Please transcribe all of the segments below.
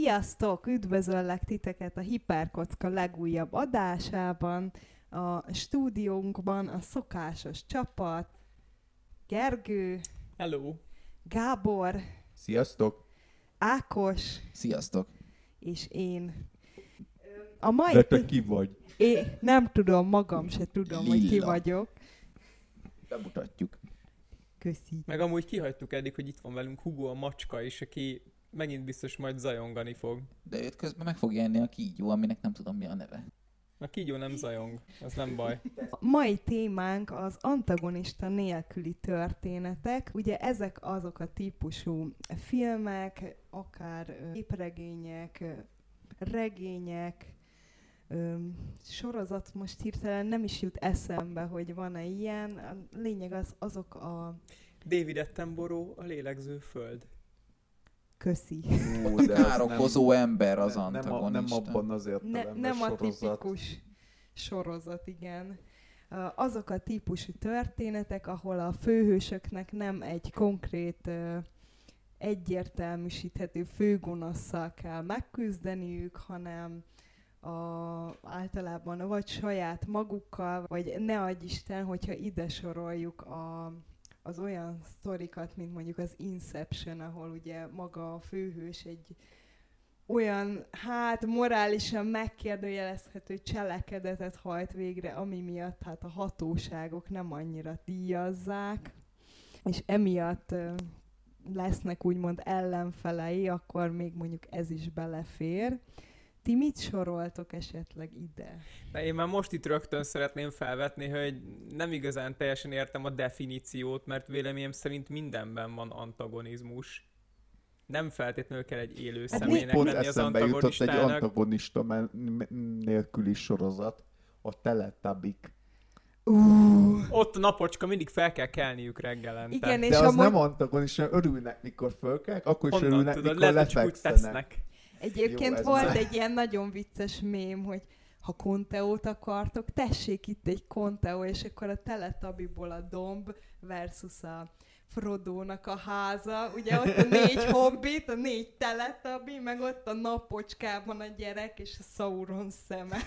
Sziasztok! Üdvözöllek titeket a Hiperkocka legújabb adásában. A stúdiónkban a szokásos csapat, Gergő, Hello! Gábor, Sziasztok! Ákos, Sziasztok! és én. A mai De te ki vagy? Én nem tudom, magam se tudom, hogy ki Lilla. vagyok. Bemutatjuk. Köszi. Meg amúgy kihagytuk eddig, hogy itt van velünk Hugo a macska is, aki megint biztos majd zajongani fog. De őt közben meg fogja enni a kígyó, aminek nem tudom mi a neve. A kígyó nem zajong, az nem baj. A mai témánk az antagonista nélküli történetek. Ugye ezek azok a típusú filmek, akár képregények, regények, sorozat most hirtelen nem is jut eszembe, hogy van-e ilyen. A lényeg azok a... David Attenborough, a lélegző föld. Köszi. Ó, de ez Károkozó ember az nem antagonista. Nem abban az értelemben Nem a sorozat. tipikus sorozat, igen. Azok a típusú történetek, ahol a főhősöknek nem egy konkrét, egyértelműsíthető főgonosszal kell megküzdeniük, hanem általában vagy saját magukkal, vagy ne adj Isten, hogyha ide soroljuk az olyan sztorikat, mint mondjuk az Inception, ahol ugye maga a főhős egy olyan, morálisan megkérdőjelezhető cselekedetet hajt végre, ami miatt a hatóságok nem annyira díjazzák, és emiatt lesznek úgymond ellenfelei, akkor még mondjuk ez is belefér. Ti mit soroltok esetleg ide? De én már most itt rögtön szeretném felvetni, hogy nem igazán teljesen értem a definíciót, mert véleményem szerint mindenben van antagonizmus. Nem feltétlenül kell egy élő személynek Pont lenni az eszembe jutott egy antagonistának. antagonista nélküli sorozat, a Teletubbies. Ott a napocska mindig fel kell kelniük reggelente. Igen, és De az amúgy nem antagonista, örülnek, mikor fölkelnek, akkor is honnan örülnek, tudod, mikor lehet, hogy csak úgy lefekszenek. tesznek. egyébként Jó, ez volt már- egy ilyen nagyon vicces mém, hogy ha konteót akartok, tessék itt egy konteó, és akkor a Teletabiból a domb versus a Frodónak a háza, ugye ott a 4 hobbit, a 4 teletabi, meg ott a napocskában a gyerek és a Sauron szeme.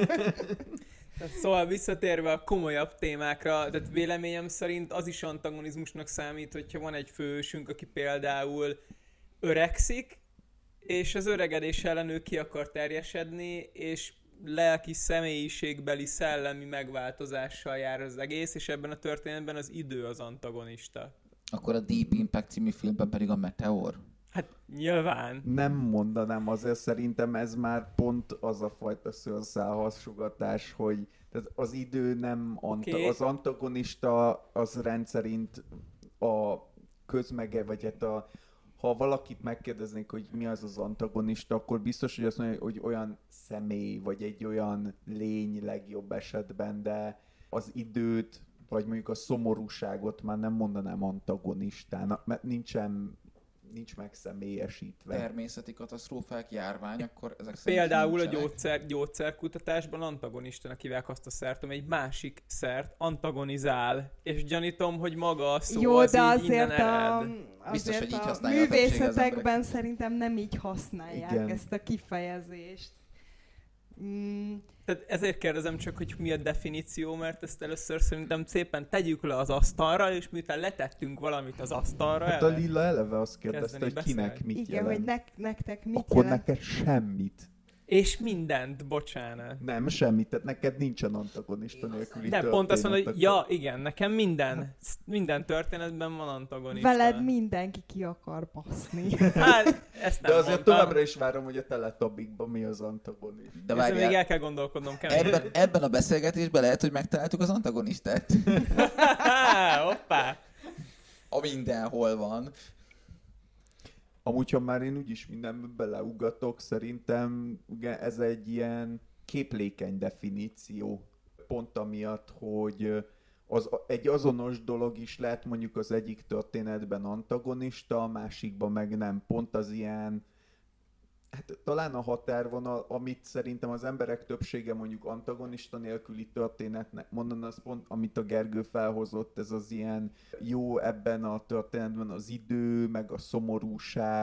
Szóval visszatérve a komolyabb témákra, tehát véleményem szerint az is antagonizmusnak számít, hogyha van egy főhősünk, aki például öregszik, és az öregedés ellen ő ki akar terjesedni, és lelki, személyiségbeli, szellemi megváltozással jár az egész, és ebben a történetben az idő az antagonista. Akkor a Deep Impact című filmben pedig a Meteor. Hát nyilván. Nem mondanám, azért szerintem ez már pont az a fajta szőrszálhasogatás, hogy tehát az idő nem Oké. az antagonista az rendszerint a közmege, vagy ha valakit megkérdeznék, hogy mi az az antagonista, akkor biztos, hogy azt mondja, hogy olyan személy, vagy egy olyan lény legjobb esetben, de az időt, vagy mondjuk a szomorúságot már nem mondanám antagonistának, mert nincs megszemélyesítve. Természeti katasztrófák, járvány, akkor ezek Például a nincsenek. gyógyszerkutatásban hívják azt a szert, ami egy másik szert antagonizál, és gyanítom, hogy maga a szó Jó, az de így innen ered. Biztos, azért hogy így a használja a többség az művészetekben emberek. szerintem nem így használják Igen. ezt a kifejezést. Tehát ezért kérdezem csak, hogy mi a definíció, mert ezt először szerintem szépen tegyük le az asztalra, és miután letettünk valamit az asztalra, Hát a Lilla eleve azt kérdezte, kezdeni hogy kinek beszélni. mit Igen, jelent. hogy nektek mit Akkor jelent? neked semmit. És mindent, bocsánat. Nem, semmit. Tehát neked nincsen antagonista nélküli De pont azt mondod, hogy ja, történet, igen, nekem minden történetben van antagonista. Veled mindenki ki akar baszni. Hát, ezt nem de azért mondtam. továbbra is várom, hogy a Teletubbiesban mi az antagonista. De Ezen még várjál, el kell gondolkodnom keményen. ebben a beszélgetésben lehet, hogy megtaláltuk az antagonistát. Hoppá! A mindenhol van. Amúgy, ha már én úgyis mindenbe beleugatok, szerintem ugye ez egy ilyen képlékeny definíció. Pont amiatt, hogy egy azonos dolog is lehet mondjuk az egyik történetben antagonista, a másikban meg nem. Pont az ilyen, hát talán a határvonal, amit szerintem az emberek többsége mondjuk antagonista nélküli történetnek mondaná, az pont, amit a Gergő felhozott, ez az ilyen jó ebben a történetben az idő, meg a szomorúság,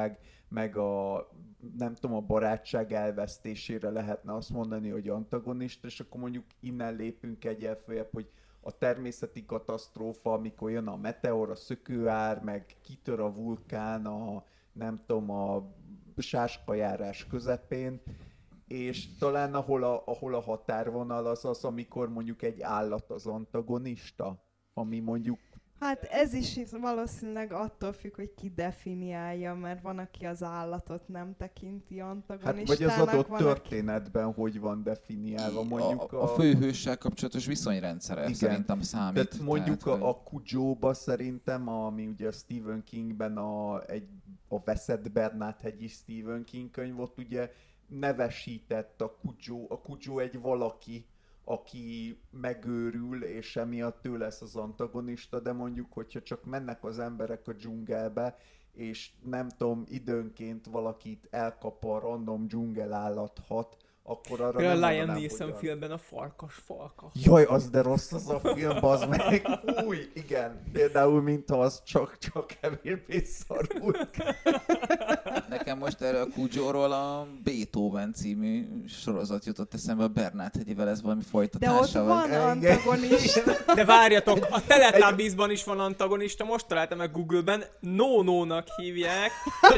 meg a nem tudom, a barátság elvesztésére lehetne azt mondani, hogy antagonista, és akkor mondjuk innen lépünk egyel följebb, hogy a természeti katasztrófa, amikor jön a meteor, a szökőár, meg kitör a vulkán, nem tudom, a sáskajárás közepén, és talán ahol a határvonal az, amikor mondjuk egy állat az antagonista, ami mondjuk... Hát ez is valószínűleg attól függ, hogy ki definiálja, mert van, aki az állatot nem tekinti antagonistának. Hát vagy az adott történetben hogy van definiálva, mondjuk a főhőssel kapcsolatos viszonyrendszere igen. Szerintem számít. Tehát mondjuk a Cujo-ba szerintem, ami ugye a Stephen Kingben a Veszett Bernát-hegyi Stephen King könyv, ott ugye nevesített a Cujo. A Cujo egy valaki, aki megőrül, és emiatt ő lesz az antagonista, de mondjuk, hogyha csak mennek az emberek a dzsungelbe, és nem tudom, időnként valakit elkap a random dzsungelállathat, akkor arra nem mondanám, a Liam Neeson filmben a farkas. Jaj, az de rossz az a film, bazd meg. Fúj, igen. Például, mint az csak kevésbé szarult. Nekem most erre a Cujo-ról a Beethoven című sorozat jutott eszembe, a Bernát-hegyivel, ez valami folytatása. De ott van antagonista. De várjatok, a Teletubbiesban is van antagonista, most találtam meg Google-ben, No-No-nak hívják.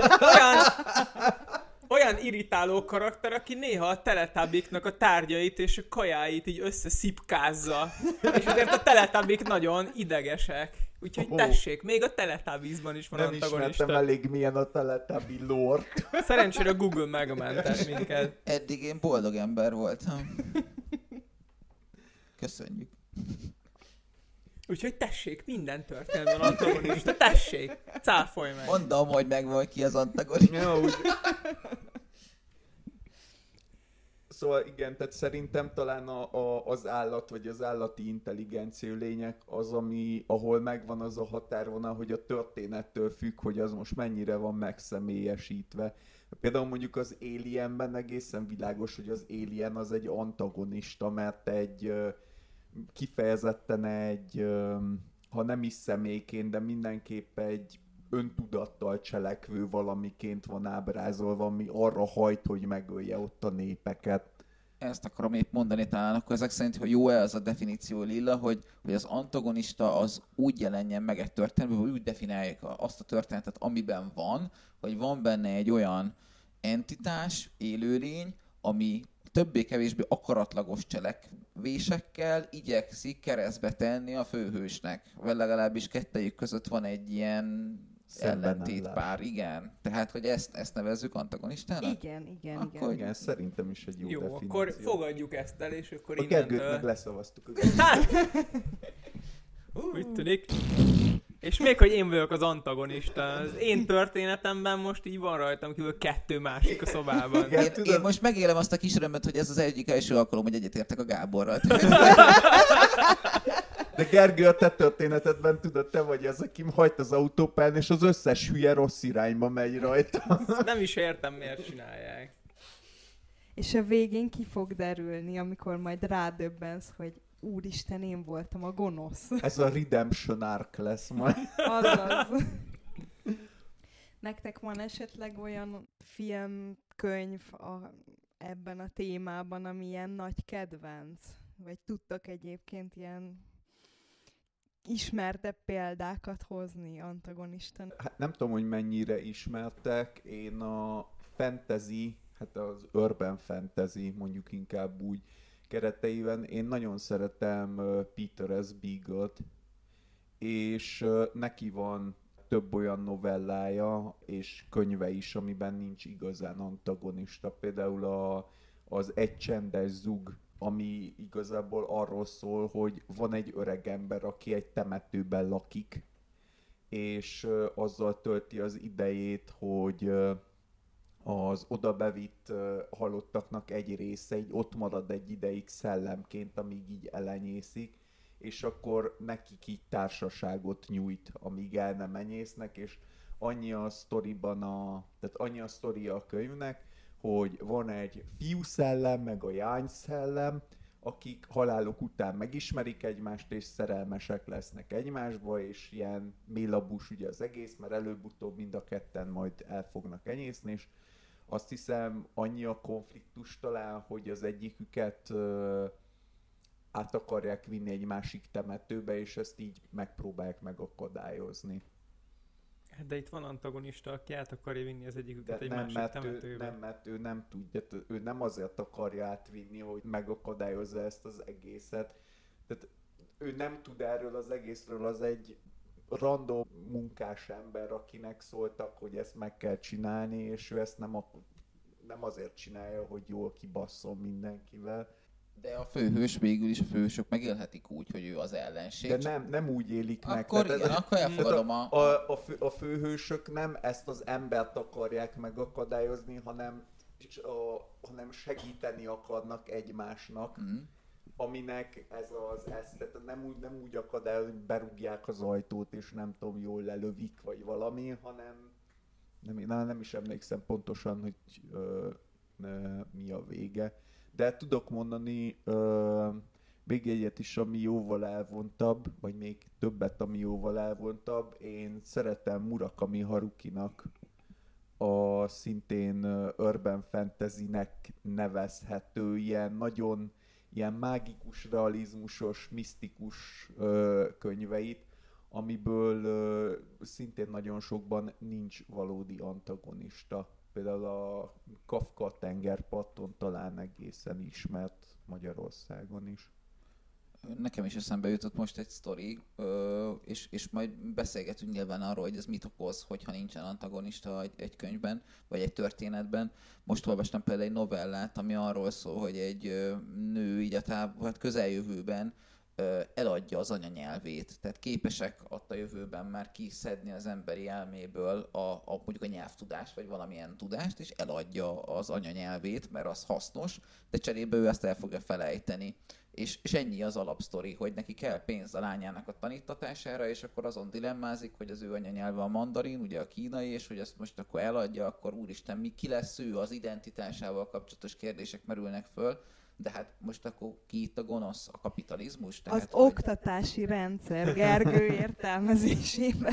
Olyan irritáló karakter, aki néha a Teletubbieknak a tárgyait és a kajáit így összeszipkázza. És azért a Teletubbiek nagyon idegesek. Úgyhogy tessék, még a Teletubbiesban is van antagonista. Nem ismertem elég milyen a Teletubby lore. Szerencsére Google megmentett minket. Eddig én boldog ember voltam. Köszönjük. Úgyhogy tessék, minden történetben antagonista. Tessék, cáfolj meg. Mondom, hogy megvan ki az antagonista. Ja, úgy. Szóval igen, tehát szerintem talán az állat, vagy az állati intelligencia lények az, ahol megvan az a határvonal, hogy a történettől függ, hogy az most mennyire van megszemélyesítve. Például mondjuk az Alienben egészen világos, hogy az Alien az egy antagonista, mert kifejezetten ha nem is személyként, de mindenképp egy öntudattal cselekvő valamiként van ábrázolva, ami arra hajt, hogy megölje ott a népeket. Ezt akarom épp mondani talán, akkor ezek szerint, hogy jó-e az a definíció, Lilla, hogy az antagonista az úgy jelenjen meg egy történetben, hogy úgy definiálják azt a történetet, amiben van, hogy van benne egy olyan entitás, élőlény, ami többé-kevésbé akaratlagos cselekvésekkel igyekszik keresztbe tenni a főhősnek. Vagy legalábbis kettejük között van egy ilyen ellentétpár, igen. Tehát, hogy ezt nevezzük antagonistának? Igen. Igen, szerintem is egy jó definíció. Akkor fogadjuk ezt el, és akkor innentől... A Gergőt meg leszavaztuk. Úgy tűnik. És még, hogy én vagyok az antagonista. Az én történetemben most így van rajtam kívül 2 másik a szobában. Én most megélem azt a kis örömet, hogy ez az egyik első alkalom, hogy egyetértek a Gáborral. De Gergő, a te történetedben tudod, te vagy az, aki hajt az autópályán, és az összes hülye rossz irányba megy rajta. Nem is értem, miért csinálják. És a végén ki fog derülni, amikor majd rádöbbensz, hogy úristen, én voltam a gonosz. Ez a redemption arc lesz majd. Azaz. Nektek van esetleg olyan film, könyv ebben a témában, ami ilyen nagy kedvenc? Vagy tudtok egyébként ilyen ismertebb példákat hozni antagonistán? Hát nem tudom, hogy mennyire ismertek. Én a fantasy, hát az urban fantasy, mondjuk inkább úgy kereteiben, én nagyon szeretem Peter S. Beagle-t, és neki van több olyan novellája és könyve is, amiben nincs igazán antagonista. Például az Egy csendes zug, ami igazából arról szól, hogy van egy öreg ember, aki egy temetőben lakik, és azzal tölti az idejét, hogy az odabevitt halottaknak egy része így ott marad egy ideig szellemként, amíg így elenyészik, és akkor nekik így társaságot nyújt, amíg el nem enyésznek, és annyi a sztoriban annyi a sztoria a könyvnek, hogy van egy fiú szellem, meg a jány szellem, akik halálok után megismerik egymást, és szerelmesek lesznek egymásba, és ilyen mélabús ugye az egész, mert előbb-utóbb mind a ketten majd el fognak enyészni, és azt hiszem annyi a konfliktus talán, hogy az egyiküket át akarják vinni egy másik temetőbe, és ezt így megpróbálják megakadályozni. De itt van antagonista, aki át akarja vinni az egyiküket egy nem, másik temetőbe. mert ő nem tudja, ő nem azért akarja átvinni, hogy megakadályozza ezt az egészet. Tehát ő nem tud erről az egészről, az egy random munkás ember, akinek szóltak, hogy ezt meg kell csinálni, és ő ezt nem azért csinálja, hogy jól kibasszon mindenkivel. De a főhős végül is, a főhősök megélhetik úgy, hogy ő az ellenség. De nem úgy élik meg. Akkor igen, akkor elfogadom a főhősök nem ezt az embert akarják megakadályozni, hanem segíteni akarnak egymásnak, aminek tehát nem úgy akadályozni, hogy berúgják az ajtót, és nem tudom, jól lelövik, vagy valami, hanem nem is emlékszem pontosan, hogy mi a vége. De tudok mondani még egyet is, ami jóval elvontabb, vagy még többet, ami jóval elvontabb. Én szeretem Murakami Harukinak a szintén urban fantasynek nevezhető, ilyen nagyon ilyen mágikus, realizmusos, misztikus könyveit, amiből szintén nagyon sokban nincs valódi antagonista. Például a Kafka tengerparton talán egészen ismert Magyarországon is. Nekem is eszembe jutott most egy sztori, és majd beszélgetünk nyilván arról, hogy ez mit okoz, hogyha nincsen antagonista egy könyvben, vagy egy történetben. Most olvastam például egy novellát, ami arról szól, hogy egy nő így a közeljövőben eladja az anyanyelvét, tehát képesek ott a jövőben már kiszedni az emberi elméből mondjuk a nyelvtudást, vagy valamilyen tudást, és eladja az anyanyelvét, mert az hasznos, de cserébe ő ezt el fogja felejteni. És ennyi az alapsztori, hogy neki kell pénz a lányának a tanítatására, és akkor azon dilemmázik, hogy az ő anyanyelve a mandarin, ugye a kínai, és hogy ezt most akkor eladja, akkor úristen, ki lesz ő, az identitásával kapcsolatos kérdések merülnek föl. De hát most akkor ki itt a gonosz? A kapitalizmus? Tehát, az oktatási rendszer Gergő értelmezésében.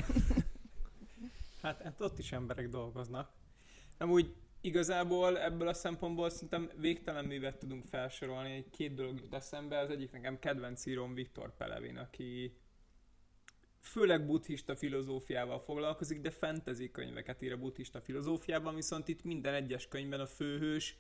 Hát ott is emberek dolgoznak. Amúgy igazából ebből a szempontból szerintem végtelen művet tudunk felsorolni. Két dolog jut eszembe. Az egyik nekem kedvenc íróm Viktor Pelevin, aki főleg buddhista filozófiával foglalkozik, de fantasy könyveket ír a buddhista filozófiában, viszont itt minden egyes könyvben a főhős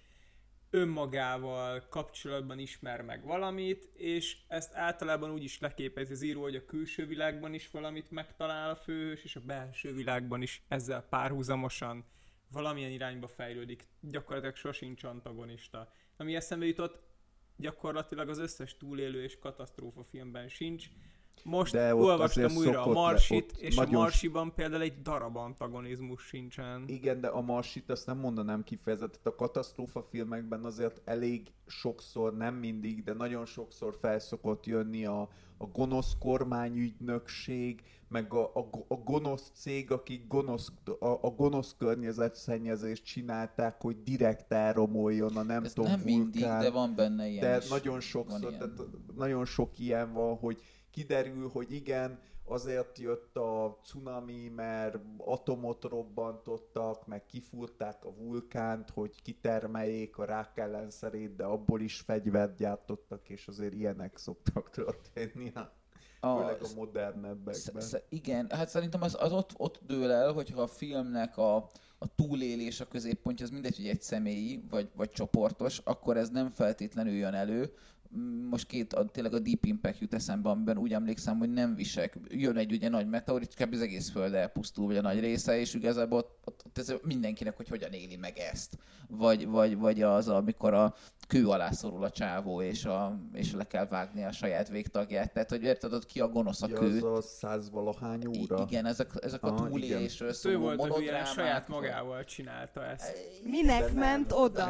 önmagával kapcsolatban ismer meg valamit, és ezt általában úgy is leképezi az író, hogy a külső világban is valamit megtalál a főhős, és a belső világban is ezzel párhuzamosan valamilyen irányba fejlődik. Gyakorlatilag sosincs antagonista. Ami eszembe jutott, gyakorlatilag az összes túlélő és katasztrófa filmben sincs. Most olvastam újra a Marsit, és a Marsiban például egy darab antagonizmus sincsen. Igen, de a Marsit azt nem mondanám kifejezetten. A katasztrófa filmekben azért elég sokszor, nem mindig, de nagyon sokszor felszokott jönni a gonosz kormányügynökség, meg a gonosz cég, akik a gonosz környezetszennyezést csinálták, hogy direkt elromoljon a nem tudom nem vulkán. Mindig, de van benne ilyen de is. Nagyon sokszor, tehát nagyon sok ilyen van, hogy kiderül, hogy igen, azért jött a cunami, mert atomot robbantottak, meg kifúrták a vulkánt, hogy kitermeljék a rák ellenszerét, de abból is fegyvert gyártottak, és azért ilyenek szoktak történni, főleg a modernebbekben. Igen, hát szerintem az ott dől el, hogyha a filmnek a túlélés a középpontja, az mindegy, hogy egy személyi, vagy csoportos, akkor ez nem feltétlenül jön elő. Most tényleg a Deep Impact jut eszembe, amiben úgy emlékszem, hogy nem visek. Jön egy ugye nagy meteorit, és az egész föld elpusztul, vagy a nagy része, és igazából ott ez mindenkinek, hogy hogyan éli meg ezt. Vagy az, amikor a kő alá szorul a csávó, és le kell vágni a saját végtagját. Tehát, hogy érted, ott ki a gonosz a kő. Ja, az a 100-valahány óra. Igen, ezek a túlélésről szóló monodrámák. Ő volt a hülye, saját magával csinálta ezt. Minek ment oda?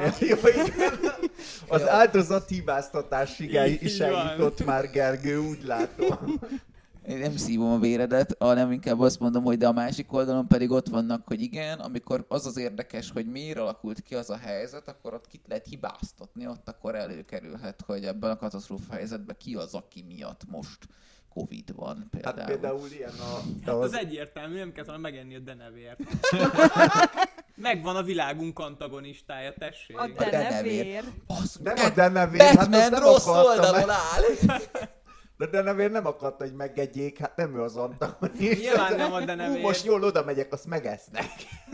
Az áldozat hibáztatásig is eljutott már Gergő, úgy látom. Én nem szívom a véredet, hanem inkább azt mondom, hogy de a másik oldalon pedig ott vannak, hogy igen, amikor az az érdekes, hogy miért alakult ki az a helyzet, akkor ott kit lehet hibáztatni, ott akkor előkerülhet, hogy ebben a katasztrófa helyzetben ki az, aki miatt most Covid van például. Hát például ilyen Hát az egyértelmű, nem kell volna megenni a denevért. Megvan a világunk antagonistája, tessék. A denevér. Nem a denevér, hát azt Batman nem rossz akarta oldalon meg. áll. De denevér nem akarta, hogy megegyék, hát nem ő az antagonista. Nyilván nem a denevér. Most jól oda megyek, azt megesznek.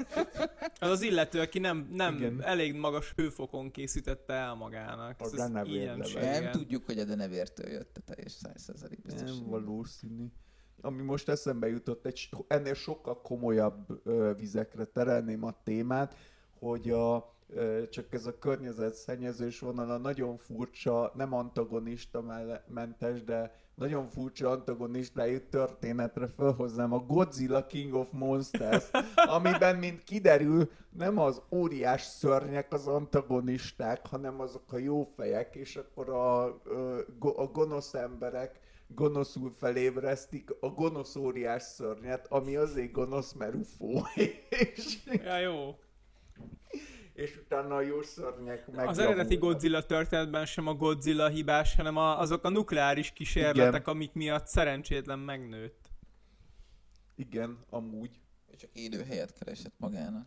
Az illető, aki nem Igen. elég magas hőfokon készítette el magának. A Ez denevér ilyenség, level. Nem igen. tudjuk, hogy a denevértől jött a teljes 100% biztos. Nem valószínű. Ami most eszembe jutott, ennél sokkal komolyabb vizekre terelném a témát, hogy csak ez a környezetszennyezés vonala nagyon furcsa, nem antagonista mentes, de nagyon furcsa antagonistájú történetre felhoznám a Godzilla King of Monsters, amiben, mint kiderül, nem az óriás szörnyek az antagonisták, hanem azok a jó fejek, és akkor a gonosz emberek gonoszul felébresztik a gonosz óriás szörnyet, ami azért gonosz, mert UFO. Ja, jó. És utána a jó szörnyek meg. Az eredeti Godzilla történetben sem a Godzilla hibás, hanem azok a nukleáris kísérletek, Igen. amik miatt szerencsétlen megnőtt. Igen, amúgy. Ő csak élőhelyet keresett magának.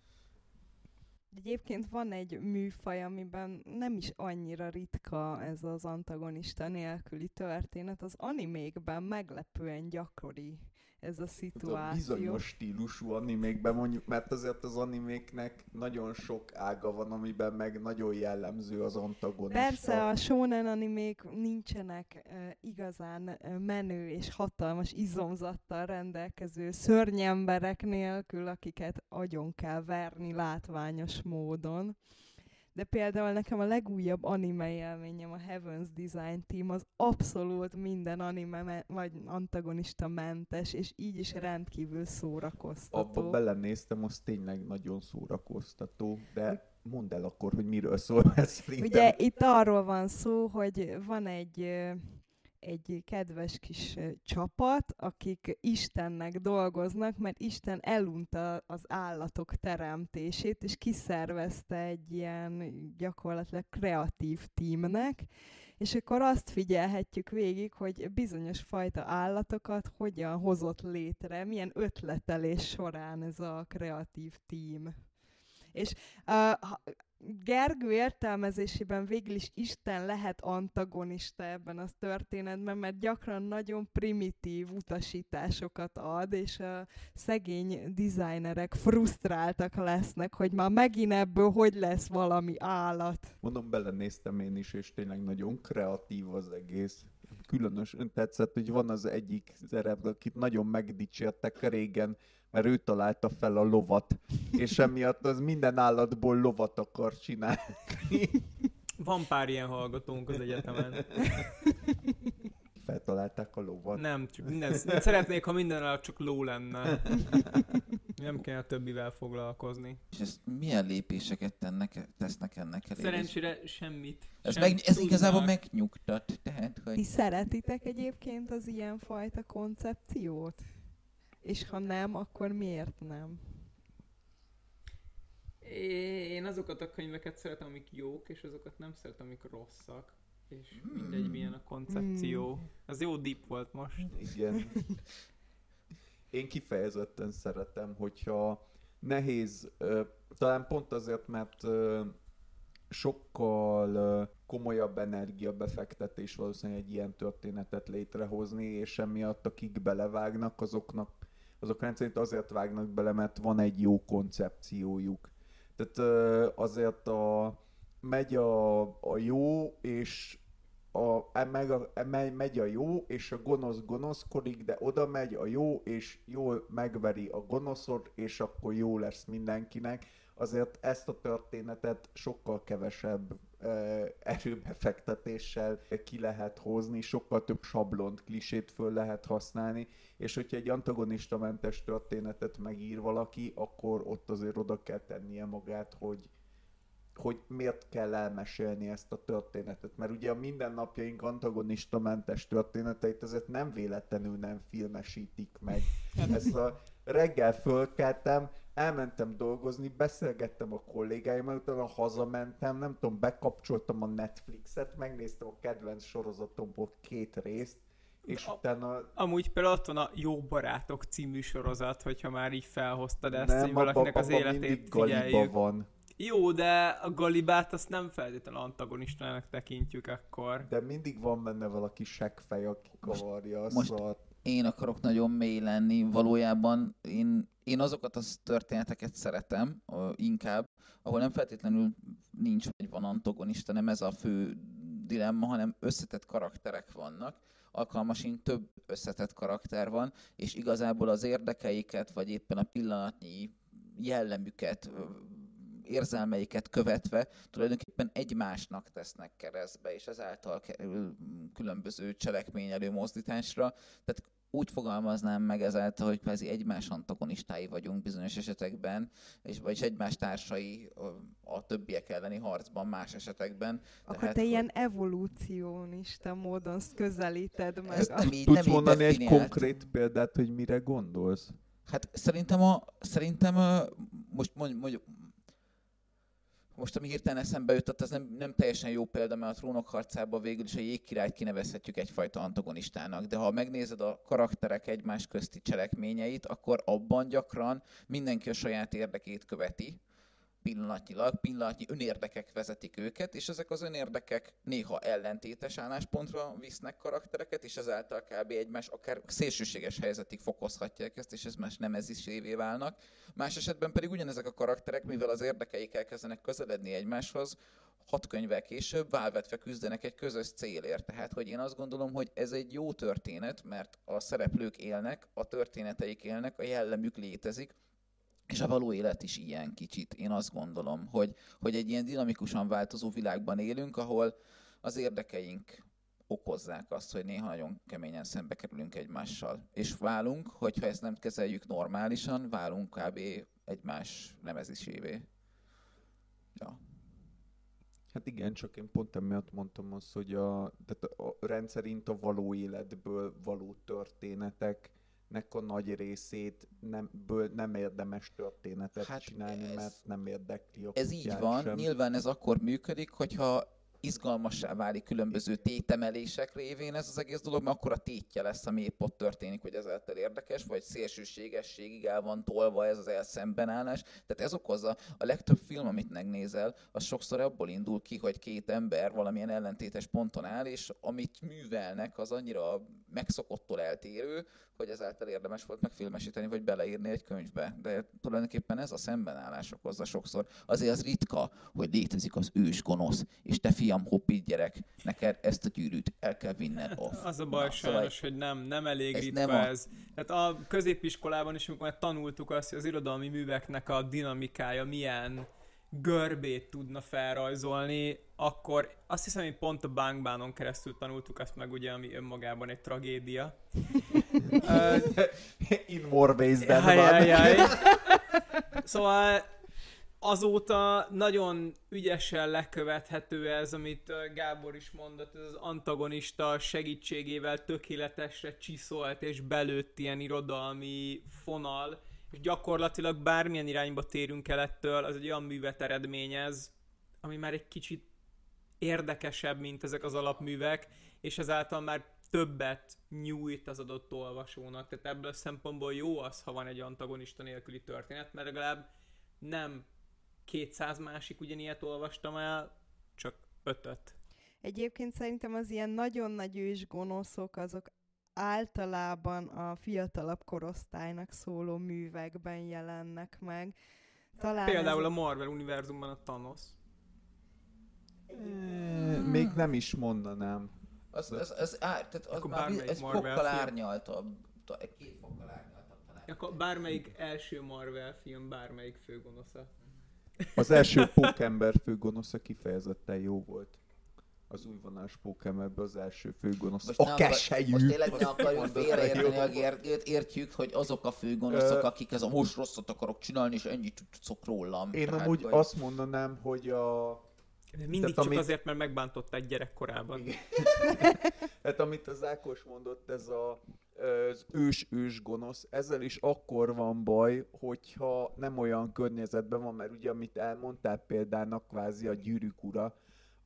Egyébként van egy műfaj, amiben nem is annyira ritka ez az antagonista nélküli történet. Az animékben meglepően gyakori ez a Ez a szituáció. bizonyos stílusú animékben mondjuk, mert azért az animéknek nagyon sok ága van, amiben meg nagyon jellemző az antagonista. Persze a shonen animék nincsenek igazán menő és hatalmas izomzattal rendelkező szörnyemberek nélkül, akiket agyon kell verni látványos módon. De például nekem a legújabb anime élményem a Heaven's Design Team, az abszolút minden anime vagy antagonista mentes, és így is rendkívül szórakoztató. Abba belenéztem, az tényleg nagyon szórakoztató, de mondd el akkor, hogy miről szól, mert szerintem... Ugye itt arról van szó, hogy van egy kedves kis csapat, akik Istennek dolgoznak, mert Isten elunta az állatok teremtését, és kiszervezte egy ilyen gyakorlatilag kreatív tímnek, és akkor azt figyelhetjük végig, hogy bizonyos fajta állatokat hogyan hozott létre, milyen ötletelés során ez a kreatív tím. És Gergő értelmezésében végül is Isten lehet antagonista ebben a történetben, mert gyakran nagyon primitív utasításokat ad, és a szegény designerek frusztráltak lesznek, hogy már megint ebből hogy lesz valami állat. Mondom, belenéztem én is, és tényleg nagyon kreatív az egész. Különösen tetszett, hogy van az egyik szereplő, akit nagyon megdicsértek régen, mert ő találta fel a lovat, és emiatt az minden állatból lovat akar csinálni. Van pár ilyen hallgatónk az egyetemen. Feltalálták a lovat. Nem, csak szeretnék, ha minden állat csak ló lenne. Nem kell a többivel foglalkozni. És ezt milyen lépéseket tesznek ennek elég? Szerencsére semmit. Ez igazából megnyugtat. Tehát, Ti hogy szeretitek egyébként az ilyen fajta koncepciót? És ha nem, akkor miért nem? Én azokat a könyveket szeretem, amik jók, és azokat nem szeretem, amik rosszak. És mindegy, milyen a koncepció. Az jó deep volt most. Igen. Én kifejezetten szeretem, hogyha nehéz, talán pont azért, mert sokkal komolyabb energiabefektetés valószínűleg egy ilyen történetet létrehozni, és emiatt akik belevágnak, azok rendszerint azért vágnak bele, mert van egy jó koncepciójuk. Tehát azért megy a jó, és megy a jó, és a gonosz gonoszkodik, de oda megy a jó, és jól megveri a gonoszot, és akkor jó lesz mindenkinek. Azért ezt a történetet sokkal kevesebb erőbefektetéssel ki lehet hozni, sokkal több sablont, klisét föl lehet használni, és hogyha egy antagonista-mentes történetet megír valaki, akkor ott azért oda kell tennie magát, hogy hogy miért kell elmesélni ezt a történetet. Mert ugye a mindennapjaink antagonistamentes történeteit azért nem véletlenül nem filmesítik meg. Ezt a reggel fölkeltem, elmentem dolgozni, beszélgettem a kollégáimmal, utána hazamentem, nem tudom, bekapcsoltam a Netflixet, megnéztem a kedvenc sorozatomból 2 részt, és utána... Amúgy például ott van a Jó Barátok című sorozat, hogyha már így felhoztad ezt, hogy Nem, valakinek az mindig életét Galiba figyeljük. van. Jó, de a Galibát azt nem feltétlenül antagonistának tekintjük akkor. De mindig van benne valaki seggfej, aki kavarja a most szart. Én akarok nagyon mély lenni. Valójában én azokat a történeteket szeretem inkább, ahol nem feltétlenül nincs vagy van antagonista, nem ez a fő dilemma, hanem összetett karakterek vannak. Alkalmasint több összetett karakter van, és igazából az érdekeiket, vagy éppen a pillanatnyi jellemüket, érzelmeiket követve tulajdonképpen egymásnak tesznek keresztbe, és ezáltal kerül különböző cselekmény előmozdításra. Tehát úgy fogalmaznám meg ezáltal, hogy kvázi egymás antagonistái vagyunk bizonyos esetekben, vagyis egymás társai a többiek elleni harcban más esetekben. Akkor Tehát, te ilyen evolúcionista módon közelíted meg. Ezt nem így, Tudsz nem így mondani egy definiált. konkrét példát, hogy mire gondolsz? Hát szerintem most ami hirtelen eszembe jutott, az nem teljesen jó példa, mert a Trónok harcában végül is a Jégkirályt kinevezhetjük egyfajta antagonistának. De ha megnézed a karakterek egymás közti cselekményeit, akkor abban gyakran mindenki a saját érdekét követi, pillanatnyi önérdekek vezetik őket, és ezek az önérdekek néha ellentétes álláspontra visznek karaktereket, és ezáltal kb. Egymás akár szélsőséges helyzetig fokozhatják ezt, és ez más nemezisévé válnak. Más esetben pedig ugyanezek a karakterek, mivel az érdekeik elkezdenek közeledni egymáshoz, 6 könyvvel később válvetve küzdenek egy közös célért. Tehát, hogy én azt gondolom, hogy ez egy jó történet, mert a szereplők élnek, a történeteik élnek, a jellemük létezik, és a való élet is ilyen kicsit. Én azt gondolom, hogy egy ilyen dinamikusan változó világban élünk, ahol az érdekeink okozzák azt, hogy néha nagyon keményen szembe kerülünk egymással. És válunk, hogyha ezt nem kezeljük normálisan, válunk kb. Egymás nemezisévé. Ja. Hát igen, csak én pont emiatt mondtam azt, hogy tehát a rendszerint a való életből való történeteknek a nagy részét nem érdemes történetet csinálni, mert nem érdekli a Ez így kutyát van. sem. Nyilván ez akkor működik, hogyha izgalmassá válik különböző tétemelések révén ez az egész dolog, mert akkor a tétje lesz, ami épp ott történik, hogy ezáltal érdekes, vagy szélsőségességig el van tolva ez az elszembenállás. Tehát ez okozza a legtöbb film, amit megnézel, az sokszor abból indul ki, hogy 2 ember valamilyen ellentétes ponton áll, és amit művelnek, az annyira megszokottól eltérő, hogy ezáltal érdemes volt megfilmesíteni, vagy beleírni egy könyvbe. De tulajdonképpen ez a szembenállás okozza sokszor. Azért az ritka, hogy létezik az ős gonosz, és te fiam, hoppít gyerek, neked ezt a gyűrűt el kell vinned off. Az a baj sajnos, hogy nem elég ritka ez. Tehát a középiskolában is, amikor már tanultuk azt, hogy az irodalmi műveknek a dinamikája milyen görbét tudna felrajzolni, akkor azt hiszem, hogy pont a Bang-Banon keresztül tanultuk azt meg, ugye, ami önmagában egy tragédia. In more ways than one. Szóval azóta nagyon ügyesen lekövethető ez, amit Gábor is mondott, ez az antagonista segítségével tökéletesre csiszolt és belőtt ilyen irodalmi fonal, és gyakorlatilag bármilyen irányba térünk el ettől, az egy olyan művet eredményez, ami már egy kicsit érdekesebb, mint ezek az alapművek, és ezáltal már többet nyújt az adott olvasónak. Tehát ebből a szempontból jó az, ha van egy antagonista nélküli történet, mert legalább nem 200 másik ugyanilyet olvastam el, csak 5-öt. Egyébként szerintem az ilyen nagyon nagy ős gonoszok, azok általában a fiatalabb korosztálynak szóló művekben jelennek meg. Talán például a Marvel univerzumban a Thanos. Még nem is mondanám. Ez fokkal árnyaltabb. 2 fokkal árnyaltabb talán. Akkor bármelyik első Marvel film, bármelyik főgonosza. Az első Pókember főgonosza kifejezetten jó volt. az újvonás Pokémonben az első főgonosz. Most A keselyű! Most tényleg ne akarjuk Mondod, félreérteni, értjük, hogy azok a főgonoszok, akik ez a most rosszat akarok csinálni, és ennyit tudszok rólam. Én Tehát, amúgy hogy... azt mondanám, hogy a... Mindig Tehát csak amit- azért, mert megbántotta egy gyerekkorában. Igen. Hát amit az Ákos mondott, ez az ős gonosz, ezzel is akkor van baj, hogyha nem olyan környezetben van, mert ugye amit elmondtál példának kvázi a Gyűrűk ura,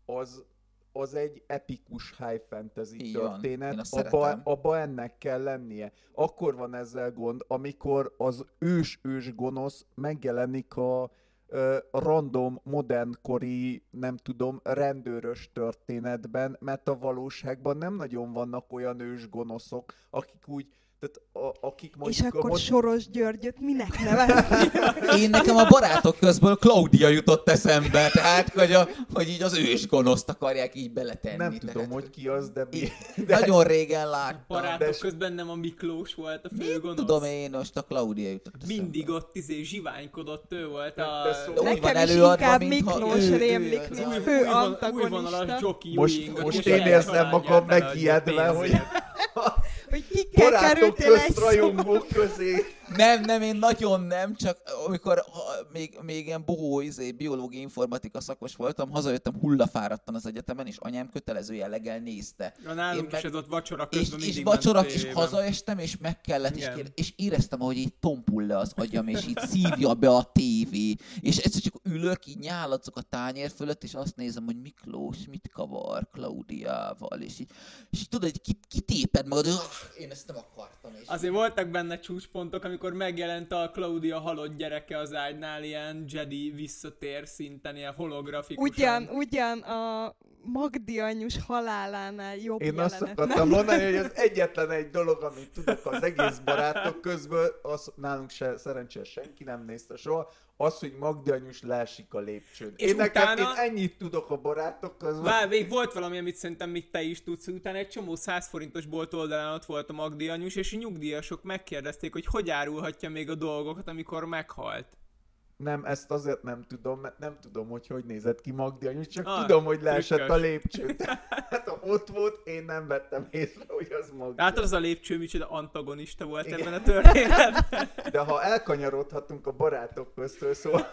az egy epikus high fantasy Így van. Én történet, azt szeretem. abba ennek kell lennie. Akkor van ezzel gond, amikor az ős gonosz megjelenik a random, modernkori, nem tudom, rendőrös történetben, mert a valóságban nem nagyon vannak olyan ősgonoszok, akik úgy, tehát akik És mondjuk akkor Soros Györgyöt minek nevezni? Én nekem a barátok közből Claudia jutott eszembe, tehát hogy így az ősgonoszt akarják így beletenni. nem tudom, tehát, hogy ki az, de Nagyon régen láttam. Barátok közben nem a Miklós volt a Nem főgonosz. tudom én, most a Claudia jutott eszembe. Mindig ott zsiványkodott, ő volt De a... szó- Úgy van Nekem is előadva, inkább mintha Miklós ő- rémlik, ő- mint ő- fő újvonalas antagonista. Jockey Most Ewing, én és érzem saját magam családját megijedve, eladja hogy pénzért. Hogy kikkel barátok kerültél egy közt szóba. rajongók közé. Nem, én nagyon nem, csak amikor még ilyen bohó, biológiai informatika szakos voltam, hazajöttem hullafáradtan az egyetemen, és anyám kötelező jelleggel nézte. Nálunk Én is meg- ez ott vacsora És, közben és mindig vacsora, ment és tévében. hazaestem, és meg kellett, Igen. és éreztem, ahogy így tompul le az agyam, és így szívja be a tévé. És egyszer csak ülök, így nyáladzok a tányér fölött, és azt nézem, hogy Miklós mit kavar Klaudiával, és így tudod, hogy kitéped magad, én ezt nem akartam. És Azért voltak benne csúcspontok, amikor megjelent a Claudia halott gyereke az ágynál, ilyen Jedi visszatér szinten, ilyen holografikusan. Ugyan a Magdi anyus halálánál jobb Én azt jelenet, akartam nem? mondani, hogy az egyetlen egy dolog, amit tudok az egész barátok közből, az nálunk se, szerencsére senki nem nézte soha, az, hogy Magdi anyus leesik a lépcsőn. És Én utána- én ennyit tudok a barátok közben. Még volt valami, amit szerintem még te is tudsz, utána egy csomó 100 forintos bolt oldalán ott volt a Magdi anyus, és a nyugdíjasok megkérdezték, hogy árulhatja még a dolgokat, amikor meghalt. Nem, ezt azért nem tudom, mert nem tudom, hogy nézett ki Magdi anyus, csak Ah, tudom, hogy leesett trükkös. a lépcsőn. Hát ha ott volt, én nem vettem észre, hogy az Magdi. Látod, az a lépcső micsoda antagonista volt ebben a történetben. De ha elkanyarodhatunk a barátok köztől, szóval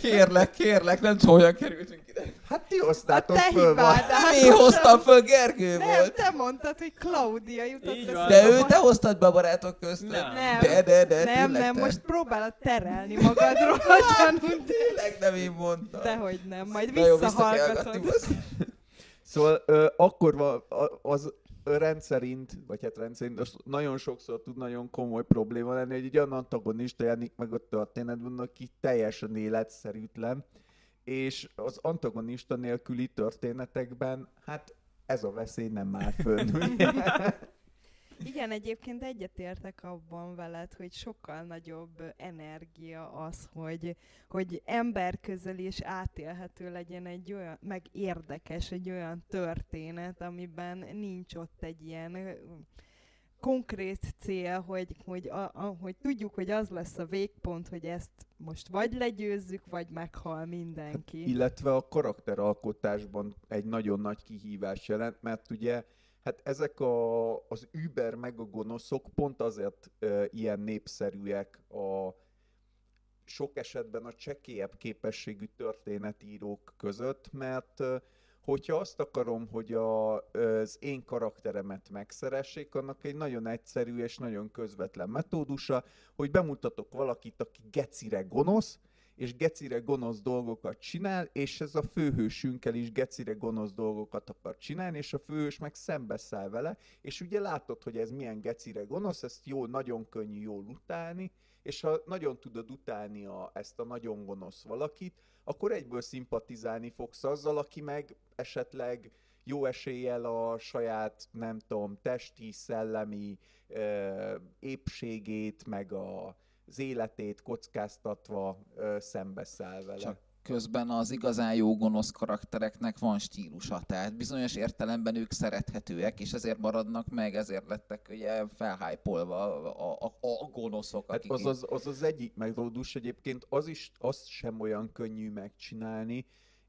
kérlek, nem tudom, hogyan kerültünk ide. hát ti hoztátok Te föl hibád, ma. Én hoztam föl, Gergő Nem, volt. te mondtad, hogy Claudia jutott Így eszembe. van. De ő te hoztad be a barátok közt. Nem. Nem. De, Nem, tényleg te. most próbálod terelni magadról a gyanút. Tényleg nem én mondtam. Dehogy nem, majd Na jó, vissza kell hallgatni, visszahallgatod. basz. Szóval akkor van az rendszerint, vagy hát rendszerint, az nagyon sokszor tud nagyon komoly probléma lenni, hogy egy olyan antagonista jelenik meg a történetben, aki teljesen életszerűtlen, és az antagonista nélküli történetekben, hát ez a veszély nem áll fönn. ugye? Igen, egyébként egyetértek abban veled, hogy sokkal nagyobb energia az, hogy emberközeli és átélhető legyen egy olyan, meg érdekes egy olyan történet, amiben nincs ott egy ilyen konkrét cél, hogy tudjuk, hogy az lesz a végpont, hogy ezt most vagy legyőzzük, vagy meghal mindenki. Illetve a karakteralkotásban egy nagyon nagy kihívás jelent, mert ugye hát ezek az über meg a gonoszok pont azért ilyen népszerűek a sok esetben a csekélyebb képességű történetírók között, mert hogyha azt akarom, hogy az én karakteremet megszeressék, annak egy nagyon egyszerű és nagyon közvetlen metódusa, hogy bemutatok valakit, aki gecire gonosz, és gecire gonosz dolgokat csinál, és ez a főhősünkkel is gecire gonosz dolgokat akar csinálni, és a főhős meg szembeszáll vele, és ugye látod, hogy ez milyen gecire gonosz, ezt nagyon könnyű jól utálni, és ha nagyon tudod utálni ezt a nagyon gonosz valakit, akkor egyből szimpatizálni fogsz azzal, aki meg esetleg jó eséllyel a saját, nem tudom, testi, szellemi épségét, meg az életét kockáztatva szembeszáll vele. Csak közben az igazán jó gonosz karaktereknek van stílusa, tehát bizonyos értelemben ők szerethetőek, és ezért maradnak meg, ezért lettek ugye felhájpolva a gonoszok, Hát akik... az egyik metódus egyébként, az sem olyan könnyű megcsinálni,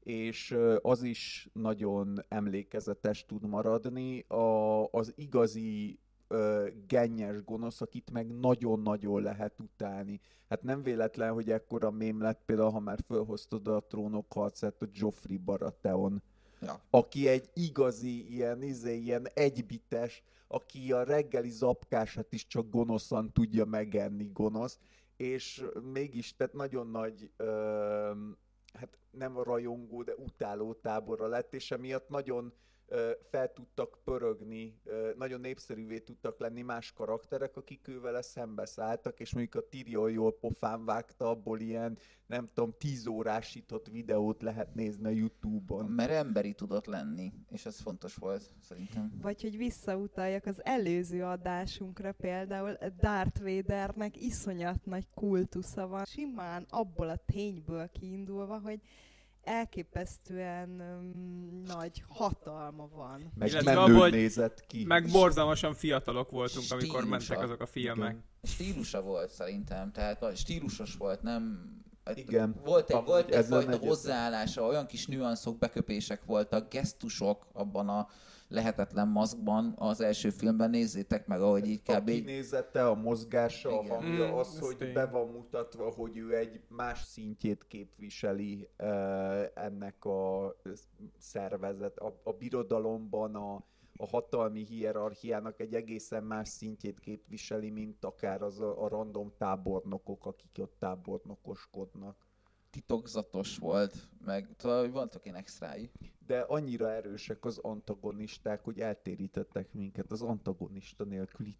és az is nagyon emlékezetes tud maradni. Az igazi gennyes gonosz, akit meg nagyon-nagyon lehet utálni. Hát nem véletlen, hogy ekkora mém lett például, ha már felhoztad a Trónok harcát, a Joffrey Baratheon. Ja. Aki egy igazi, ilyen egybites, aki a reggeli zapkását is csak gonoszan tudja megenni, gonosz, és mégis, tehát nagyon nagy, hát nem rajongó, de utáló táborra lett, és emiatt nagyon fel tudtak pörögni, nagyon népszerűvé tudtak lenni más karakterek, akik ővele szembeszálltak, és mondjuk a Tyrion jól pofán vágta, abból ilyen, nem tudom, 10 órásított videót lehet nézni a YouTube-on. Mert emberi tudott lenni, és ez fontos volt, szerintem. Vagy hogy visszautaljak az előző adásunkra, például Darth Vadernek iszonyat nagy kultusza van. Simán abból a tényből kiindulva, hogy elképesztően nagy hatalma van. Meg Illetve menő abból, nézett ki. Meg borzalmasan fiatalok voltunk, amikor Stílusa. mentek azok a filmek. Igen. Stílusa volt szerintem, tehát stílusos volt, nem... Igen. Volt Amúgy ezzel egyfajta egyetlen. hozzáállása, olyan kis nüanszok, beköpések voltak, gesztusok abban a lehetetlen maszkban az első filmben, nézzétek meg, ahogy így A kb. kinézete, a mozgása, a Igen. hangja, az, ez hogy tény. be van mutatva, hogy ő egy más szintjét képviseli ennek a szervezet. A birodalomban a hatalmi hierarchiának egy egészen más szintjét képviseli, mint akár a random tábornokok, akik ott tábornokoskodnak. Titokzatos volt, meg talán, hogy voltak ilyen extrái. De annyira erősek az antagonisták, hogy eltérítettek minket az antagonista nélküli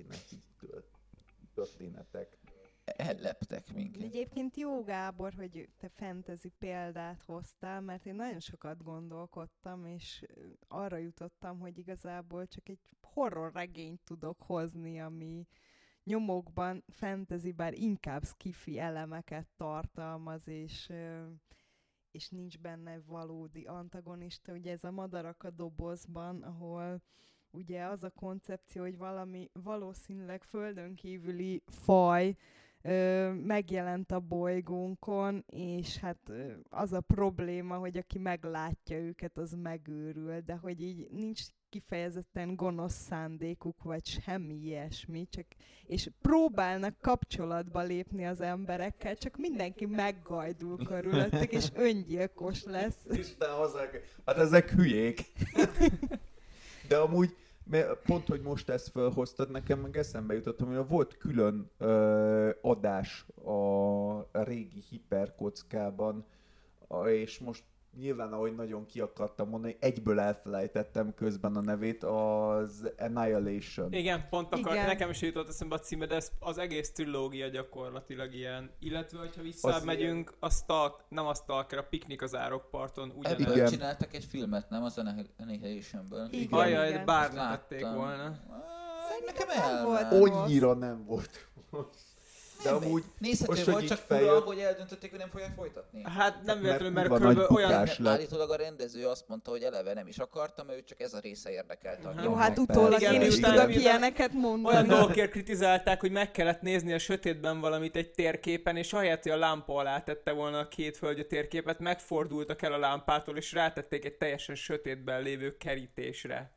történetek. Elleptek minket. Egyébként jó, Gábor, hogy te fantasy példát hoztál, mert én nagyon sokat gondolkodtam, és arra jutottam, hogy igazából csak egy horror regényt tudok hozni, ami nyomokban fantasy, bár inkább skifi elemeket tartalmaz, és nincs benne valódi antagonista. Ugye ez a Madarak a dobozban, ahol ugye az a koncepció, hogy valami valószínűleg földön kívüli faj megjelent a bolygónkon, és hát az a probléma, hogy aki meglátja őket, az megőrül, de hogy így nincs kifejezetten gonosz szándékuk, vagy semmi ilyesmi, és próbálnak kapcsolatba lépni az emberekkel, csak mindenki meggajdul körülöttük, és öngyilkos lesz. Isten hozzák, hát ezek hülyék. De amúgy, pont, hogy most ezt felhoztad, nekem meg eszembe jutott, hogy volt külön adás a régi hiperkockában, és most nyilván, ahogy nagyon ki akartam mondani, egyből elfelejtettem közben a nevét, az Annihilation. Igen, Igen. nekem is jutott eszembe a címe, de ez az egész trilógia gyakorlatilag ilyen. Illetve, hogyha visszamegyünk, nem a Stalker, a Piknik az árokparton, ugyanez. Ebből Igen. csináltak egy filmet, nem? Az Annihilation-ből. Igen. Ajaj, Igen. bár Azt ne tették láttam. volna. Nekem nem volt elment. Annyira nem volt. De amúgy Nézhető most, volt, hogy csak így fura, feljött- hogy eldöntötték, hogy nem fogják folytatni. Hát nem véletlenül, mert kurva nagy körülbelül olyan... bukás lett. Állítólag a rendező azt mondta, hogy eleve nem is akarta, mert ő csak ez a része érdekelte. Aha. Jó, Jó, hát utólag Igen, én is miután- tudok miután- ilyeneket Olyan mondani. dolgokért kritizálták, hogy meg kellett nézni a sötétben valamit egy térképen, és ahelyett, hogy a lámpa alá tette volna a két hölgy a térképet, megfordultak el a lámpától, és rátették egy teljesen sötétben lévő kerítésre.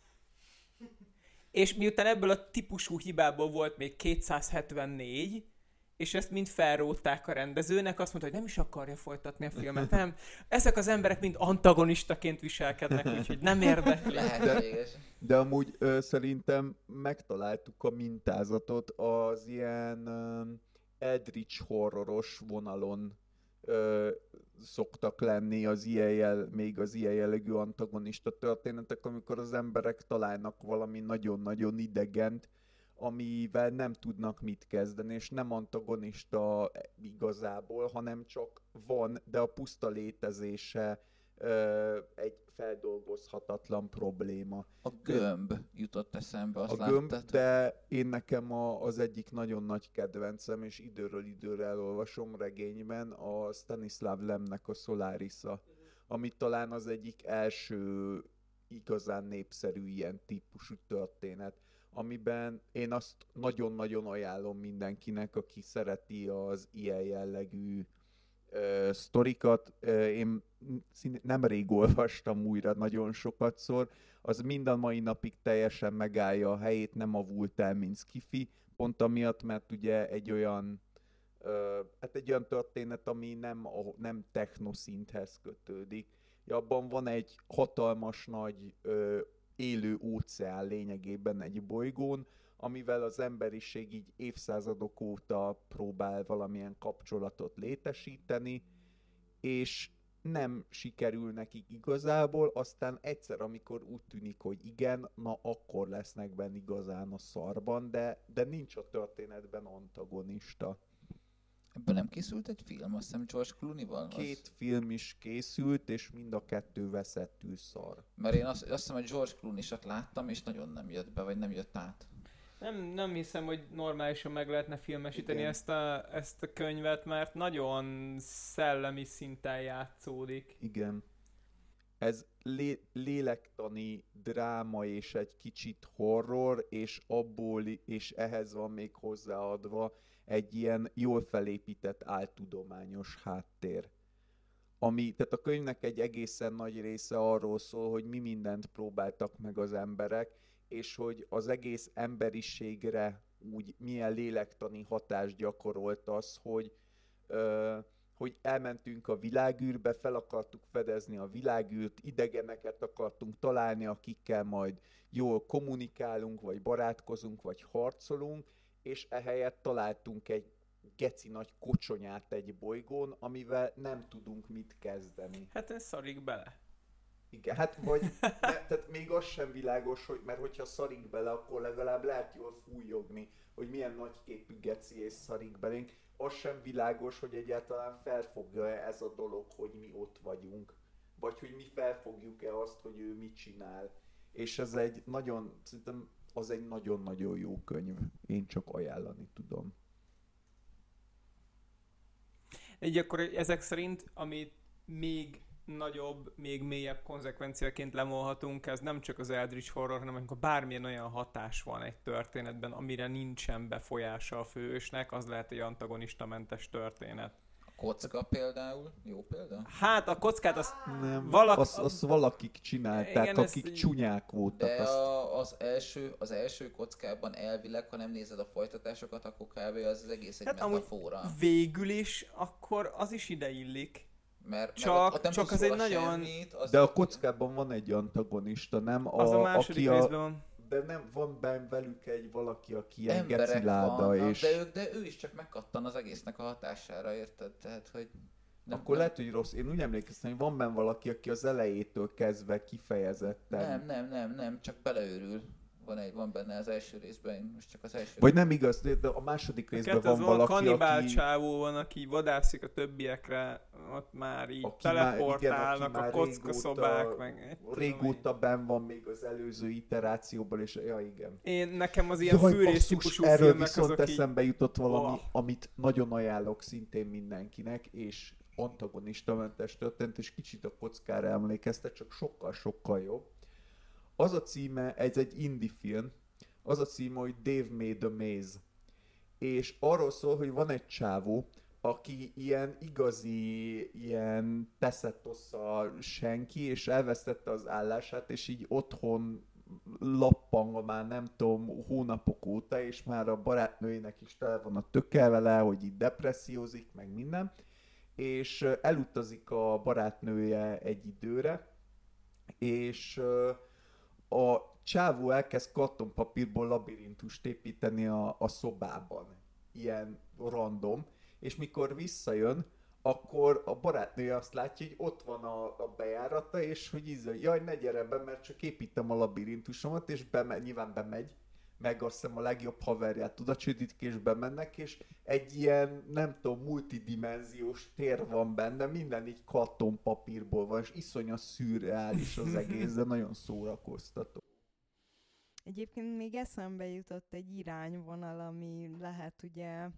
És miután ebből a típusú hibából volt még 274, és ezt mind felrótták a rendezőnek, azt mondta, hogy nem is akarja folytatni a filmet, nem. Ezek az emberek mind antagonistaként viselkednek, úgyhogy nem érdekli. lehetséges. De amúgy szerintem megtaláltuk a mintázatot az ilyen Eldritch horroros vonalon szoktak lenni még az ilyen jellegű antagonista történetek, amikor az emberek találnak valami nagyon-nagyon idegent, amivel nem tudnak mit kezdeni, és nem antagonista igazából, hanem csak van, de a puszta létezése egy feldolgozhatatlan probléma. A gömb jutott eszembe, azt A gömb, láttad? de én nekem az egyik nagyon nagy kedvencem, és időről időre elolvasom regényben, a Stanislav Lemnek a Solarisa, ami talán az egyik első igazán népszerű ilyen típusú történet, amiben én azt nagyon-nagyon ajánlom mindenkinek, aki szereti az ilyen jellegű sztorikat. Én nemrég olvastam újra nagyon sokatszor, az mind a mai napig teljesen megállja a helyét, nem avult el, mint sci-fi, pont amiatt, mert ugye egy olyan egy olyan történet, ami nem technoszinthez kötődik. Abban van egy hatalmas nagy élő óceán lényegében egy bolygón, amivel az emberiség így évszázadok óta próbál valamilyen kapcsolatot létesíteni, és nem sikerül nekik igazából, aztán egyszer, amikor úgy tűnik, hogy igen, na akkor lesznek benne igazán a szarban, de nincs a történetben antagonista. Ebből nem készült egy film, azt hiszem George Clooney-val? 2 film is készült, és mind a 2 veszettül szar. Mert én azt hiszem, hogy George Clooney-sat láttam, és nagyon nem jött be, vagy nem jött át. Nem hiszem, hogy normálisan meg lehetne filmesíteni ezt a könyvet, mert nagyon szellemi szinten játszódik. Igen. Ez lélektani dráma és egy kicsit horror, és ehhez van még hozzáadva egy ilyen jól felépített áltudományos háttér. Tehát a könyvnek egy egészen nagy része arról szól, hogy mi mindent próbáltak meg az emberek, és hogy az egész emberiségre úgy milyen lélektani hatást gyakorolt az, hogy elmentünk a világűrbe, fel akartuk fedezni a világűrt, idegeneket akartunk találni, akikkel majd jól kommunikálunk, vagy barátkozunk, vagy harcolunk, és ehelyett találtunk egy geci nagy kocsonyát egy bolygón, amivel nem tudunk mit kezdeni. Hát ez szarik bele. Igen, hát tehát még az sem világos, mert hogyha szarik bele, akkor legalább lehet jól fújogni, hogy milyen nagyképű geci és szarik belénk. Az sem világos, hogy egyáltalán felfogja-e ez a dolog, hogy mi ott vagyunk. Vagy hogy mi felfogjuk-e azt, hogy ő mit csinál. És ez szerintem az egy nagyon-nagyon jó könyv. Én csak ajánlani tudom. Így akkor ezek szerint, amit még nagyobb, még mélyebb konzekvenciaként lemolhatunk, ez nem csak az Eldritch Horror, hanem amikor bármilyen olyan hatás van egy történetben, amire nincsen befolyása a főhősnek, az lehet egy antagonistamentes történet. A kocka például, jó példa? Hát a kockát nem, azt valakik csinálták, igen, akik csúnyák voltak. De az első kockában elvileg, ha nem nézed a folytatásokat, akkor kb. Az egész egy metafora. Végül is, akkor az is ide illik. Mert csak az egy nagyon... Semmit, de a kockában van egy antagonista, nem? Az a második részben van. De nem van benne velük valaki, aki ilyen geciláda, és... De ő is csak megkattan az egésznek a hatására, érted? Tehát, hogy... Akkor lehet, hogy rossz. Én úgy emlékeztem, hogy van benne valaki, aki az elejétől kezdve kifejezetten... Nem, csak beleőrül. Van benne az első részben, most csak az első. Vagy nem igaz, de a második részben van valaki, kanibál csávó van, aki vadászik a többiekre, ott már így teleportálnak a kockaszobák, meg... Régóta benn van még az előző iterációból, és igen. Nekem az ilyen fűrész típusú filmek erről viszont eszembe jutott valami, amit nagyon ajánlok szintén mindenkinek, és antagonistamentes történet, és kicsit a kockára emlékeztet, csak sokkal-sokkal jobb. Az a címe, ez egy indie film, az a címe, hogy Dave Made a Maze. És arról szól, hogy van egy csávó, aki ilyen igazi, ilyen teszetossza senki, és elvesztette az állását, és így otthon lappang már nem tudom, hónapok óta, és már a barátnőjének is tele van a tökkel vele, hogy így depressziózik, meg minden. És elutazik a barátnője egy időre, és... a csávó elkezd kartonpapírból labirintust építeni a szobában. Ilyen random. És mikor visszajön, akkor a barátnője azt látja, hogy ott van a bejárata, és hogy jaj, ne gyere be, mert csak építem a labirintusomat, és nyilván bemegy. Meg azt hiszem a legjobb haverját tudacsődítik, és bemennek, és egy ilyen, nem tudom, multidimenziós tér van benne, minden így kartonpapírból van, és iszonyat szürreális az egész, de nagyon szórakoztató. Egyébként még eszembe jutott egy irányvonal, ami lehet ugye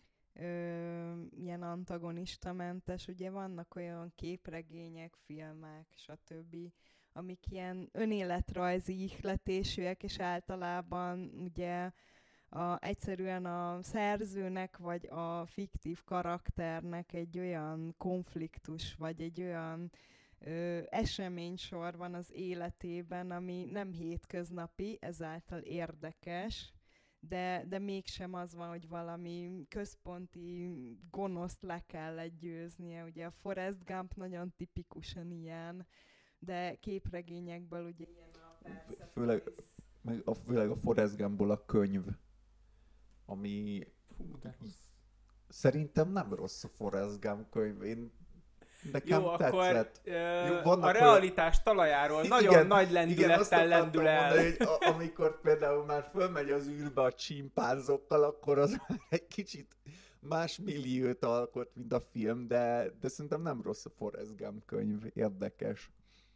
ilyen antagonistamentes, ugye vannak olyan képregények, filmek, stb., amik ilyen önéletrajzi ihletésűek, és általában ugye egyszerűen a szerzőnek, vagy a fiktív karakternek egy olyan konfliktus, vagy egy olyan eseménysor van az életében, ami nem hétköznapi, ezáltal érdekes, de mégsem az van, hogy valami központi gonoszt le kellett győznie. Ugye a Forrest Gump nagyon tipikusan ilyen, de képregényekből ugye ilyen a Főleg a Forrest Gumpból a könyv, ami szerintem nem rossz a Forrest Gump könyv. Nekem jó, tetszett. Akkor a realitás talajáról nagyon nagy lendülettel lendül el. Mondani, hogy amikor például már fölmegy az űrbe a csimpánzokkal, akkor az már egy kicsit más milliót alkot, mint a film, de szerintem nem rossz a Forrest Gump könyv, érdekes.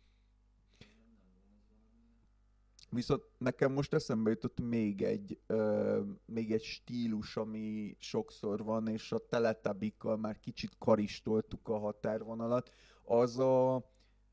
Viszont nekem most eszembe jutott még egy stílus, ami sokszor van, és a Teletubbikkal már kicsit karistoltuk a határvonalat, az a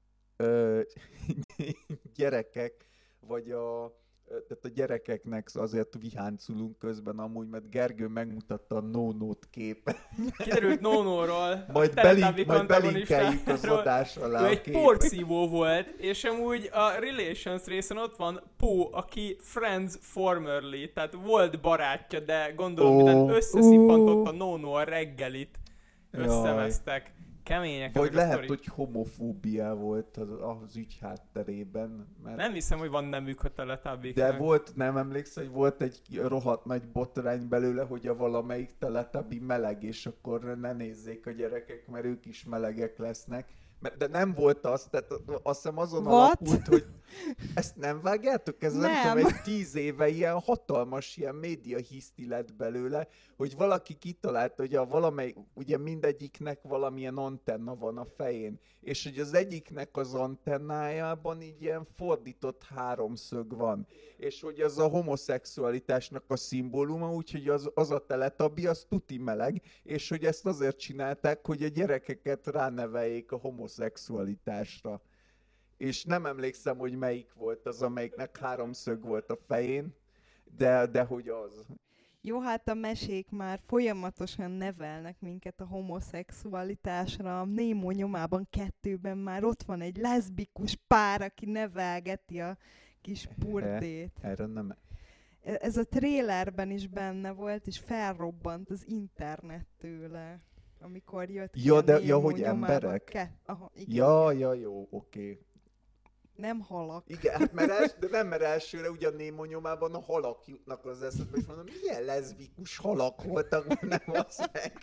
gyerekek, vagy tehát a gyerekeknek azért vihánculunk közben amúgy, mert Gergő megmutatta a No-No-t képet. Kiderült No-No-ról. Majd belinkeljük az adás alá. Ő egy porszívó volt, és amúgy a Relations részen ott van Pooh, aki Friends formerly, tehát volt barátja, de gondolom, miután összeszippantott a No-No a reggelit, összevesztek. Kemények. Vagy lehet, hogy homofóbia volt az ügy hátterében. Mert... Nem hiszem, hogy van nemük a Teletubbieknek. De volt, nem emlékszel, hogy volt egy rohadt nagy botrány belőle, hogy a valamelyik Teletubby meleg, és akkor ne nézzék a gyerekek, mert ők is melegek lesznek. De nem volt az, tehát azt hiszem azon alapult, hogy ezt nem vágjátok? Ez nem tudom, egy 10 éve ilyen hatalmas ilyen média hiszti lett belőle, hogy valaki kitalálta, hogy valamelyik, ugye mindegyiknek valamilyen antenna van a fején, és hogy az egyiknek az antennájában így ilyen fordított háromszög van, és hogy az a homoszexualitásnak a szimbóluma, úgyhogy az a Teletubby, az tuti meleg, és hogy ezt azért csinálták, hogy a gyerekeket ráneveljék a homoszexualitásra. És nem emlékszem, hogy melyik volt az, amelyiknek háromszög volt a fején, de hogy az. Jó, hát a mesék már folyamatosan nevelnek minket a homoszexualitásra. A Nemo nyomában 2-ben már ott van egy leszbikus pár, aki nevelgeti a kis purdét. Erre nem... Ez a trélerben is benne volt, és felrobbant az internet tőle, amikor jött ki a Nemo hogy nyomában. emberek? Aha, igen. Ja, jó, oké. Nem halak. Igen, hát de nem, mert elsőre ugye a Nemo nyomában a halak jutnak az eszedbe, és mondom, milyen leszbikus halak voltak, nem az meg.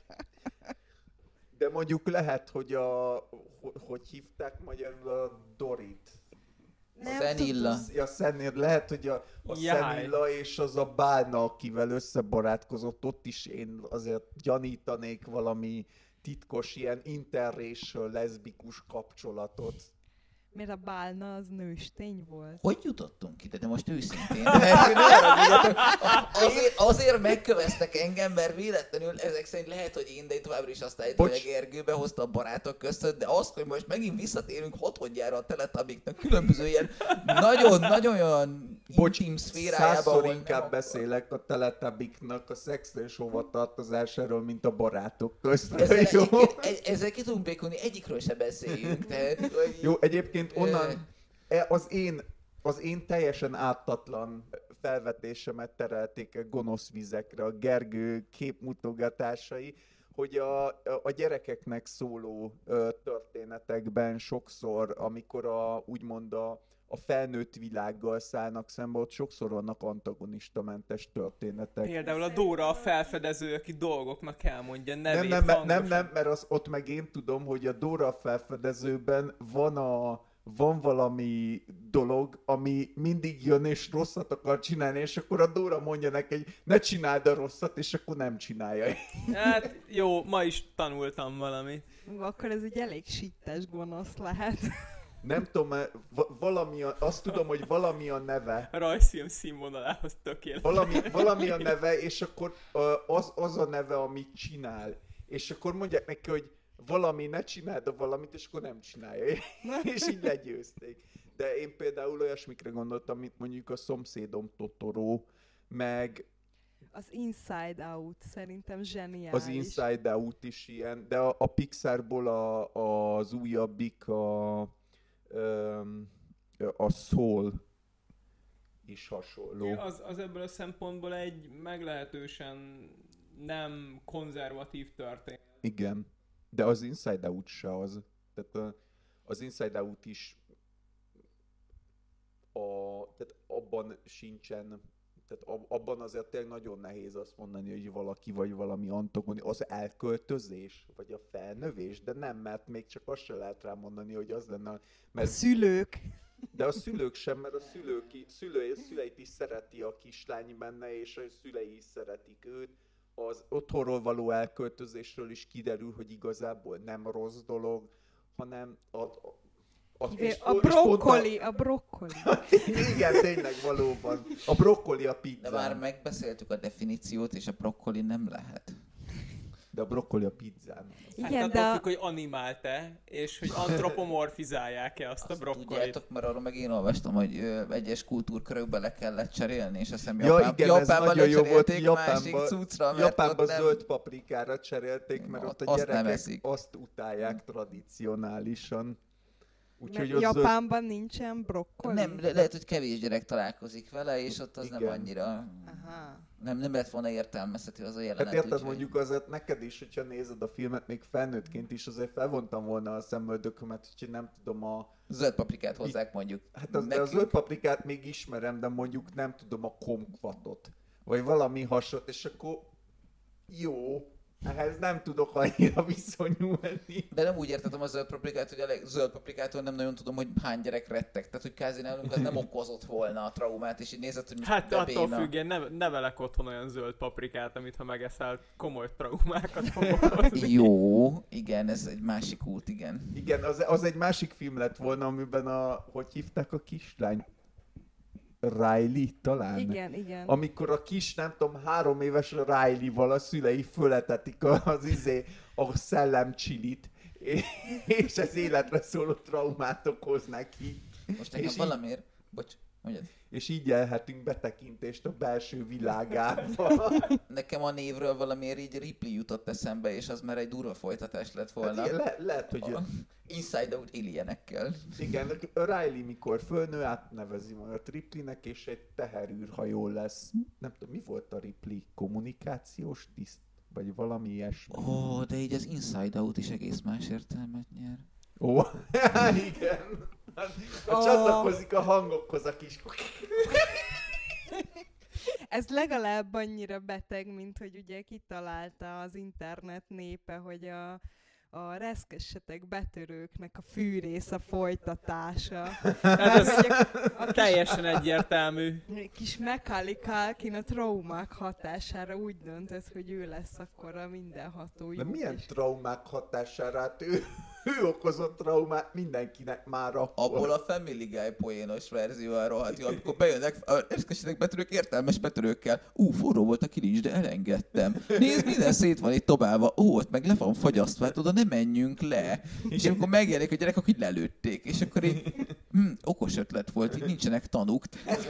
De mondjuk lehet, hogy hogy hívták magyarul a Dorit? Szenilla. Lehet, hogy a Szenilla és az a Bálna, akivel összebarátkozott, ott is én azért gyanítanék valami titkos ilyen interracial leszbikus kapcsolatot. Mert a Bálna az nőstény volt. Hogy jutottunk ide? De most őszintén. Azért megköveztek engem, mert véletlenül ezek szerint lehet, hogy én, de továbbra is azt állítom, hogy Gergő behozta a barátok között, de azt, hogy most megint visszatérünk hatodjára a Teletubbieknek különböző ilyen nagyon olyan intim szférájába. Százszor inkább beszélek a Teletubbieknak a szexuális hovatartozásáról, mint a barátok közt. Ezzel ki tudunk békolni, egyikről se beszéljünk. Tehát, hogy... Jó, egyébként onnan az én teljesen ártatlan felvetésemet terelték a gonosz vizekre, a Gergő képmutogatásai, hogy a gyerekeknek szóló történetekben sokszor, amikor úgymond a felnőtt világgal szállnak szembe, ott sokszor vannak antagonistamentes történetek. Például a Dóra a felfedező, aki dolgoknak elmondja nevét nem, mert ott meg én tudom, hogy a Dóra a felfedezőben van valami dolog, ami mindig jön és rosszat akar csinálni, és akkor a Dóra mondja neki, hogy ne csináld a rosszat, és akkor nem csinálja. Hát jó, ma is tanultam valamit. Akkor ez egy elég sittes gonosz lehet. Nem tudom, azt tudom, hogy valami a neve. A rajzfilm színvonalához tökéletes. Valami a neve, és akkor az a neve, amit csinál. És akkor mondják neki, hogy valami, ne csináld a valamit, és akkor nem csinálja. És így legyőzték. De én például olyasmikre gondoltam, mint mondjuk a Szomszédom Totoro, meg... Az Inside Out szerintem zseniális. Az Inside Out is ilyen, de a Pixarból az újabbik, a Soul is hasonló. Az ebből a szempontból egy meglehetősen nem konzervatív történet. Igen, de az Inside Out se az. Tehát az Inside Out is tehát abban sincsen, tehát abban azért tényleg nagyon nehéz azt mondani, hogy valaki vagy valami antagoni, az elköltözés, vagy a felnövés, de nem, mert még csak azt se lehet rá mondani, hogy az lenne, mert... A szülők. De a szülők sem, mert a szüleit is szereti a kislány benne, és a szülei is szeretik őt. Az otthonról való elköltözésről is kiderül, hogy igazából nem rossz dolog, hanem a brokkoli. Igen, tényleg valóban. A brokkoli a pizza. De már megbeszéltük a definíciót, és a brokkoli nem lehet. De a brokkoli a pizzán. Igen, hát attól függ, hogy animált-e, és hogy antropomorfizálják-e azt a brokkolit. Tudjátok, mert arról meg én olvastam, hogy egyes kultúrkörökbe le kellett cserélni, és azt hiszem Japánban lecserélték másik cuccra, mert Japánban zöld paprikára cserélték, mert ott a gyerekek azt utálják tradicionálisan. Japánban nincsen brokkoli? Nem, lehet, hogy kevés gyerek találkozik vele, és ott az nem annyira... Nem lett volna értelmezhető az a jelenet. Hát érted, mondjuk azért neked is, hogyha nézed a filmet, még felnőttként is, azért felvontam volna a szemöldökömet, hogy nem tudom zöld paprikát hozzák mondjuk. Hát de a zöld paprikát még ismerem, de mondjuk nem tudom a kumquatot. Vagy valami hasonlót, és akkor jó, ehhez nem tudok annyira viszonyulni. De nem úgy értettem a zöld paprikát, hogy a zöld paprikától nem nagyon tudom, hogy hány gyerek rettek. Tehát, hogy kázi nálunk az nem okozott volna a traumát, és így nézett, hogy most hát attól függően nevelek otthon olyan zöld paprikát, amit ha megeszel, komoly traumákat fog okozni. Jó, igen, ez egy másik út, igen. Igen, az egy másik film lett volna, amiben hogy hívták a kislány? Riley talán? Igen. Amikor a kis, nem tudom, 3 éves Riley-val a szülei föletetik a szellemcsilit, és ez életre szóló traumát okoz neki. Most nekem valamiért... Bocs, mondjad. És így elhetünk betekintést a belső világába. Nekem a névről valamiért így Ripley jutott eszembe, és az már egy durva folytatás lett volna. Hát lehet, hogy... Inside Out alienekkel. Igen, Riley mikor fölnő, átnevezi majd a Ripleynek, és egy teherűrhajó lesz. Nem tudom, mi volt a Ripley? Kommunikációs tiszt? Vagy valami ilyesmi? De így az Inside Out is egész más értelmet nyer. Igen. Csatlakozik a hangokhoz a kis... Ez legalább annyira beteg, mint hogy ugye kitalálta az internet népe, hogy a reszkessetek betörőknek a fűrész a folytatása. Hát ez teljesen egyértelmű. Kis Macaulay Culkin a traumák hatására úgy döntött, hogy ő lesz akkor a mindenható. De milyen traumák hatására? Hát ő okozott traumát mindenkinek már akkor. Abból a Family Guy poénos verzió a rohadt jó, amikor bejönnek a reszkessetek betörők értelmes betörőkkel. Forró volt a kilincs, de elengedtem. Nézd, minden szét van itt dobálva. Ott meg le van fagyasztva, hát oda ne menjünk le. És amikor megjelenik a gyerek, akkor így lelőtték. És akkor így, okos ötlet volt, így nincsenek tanúk.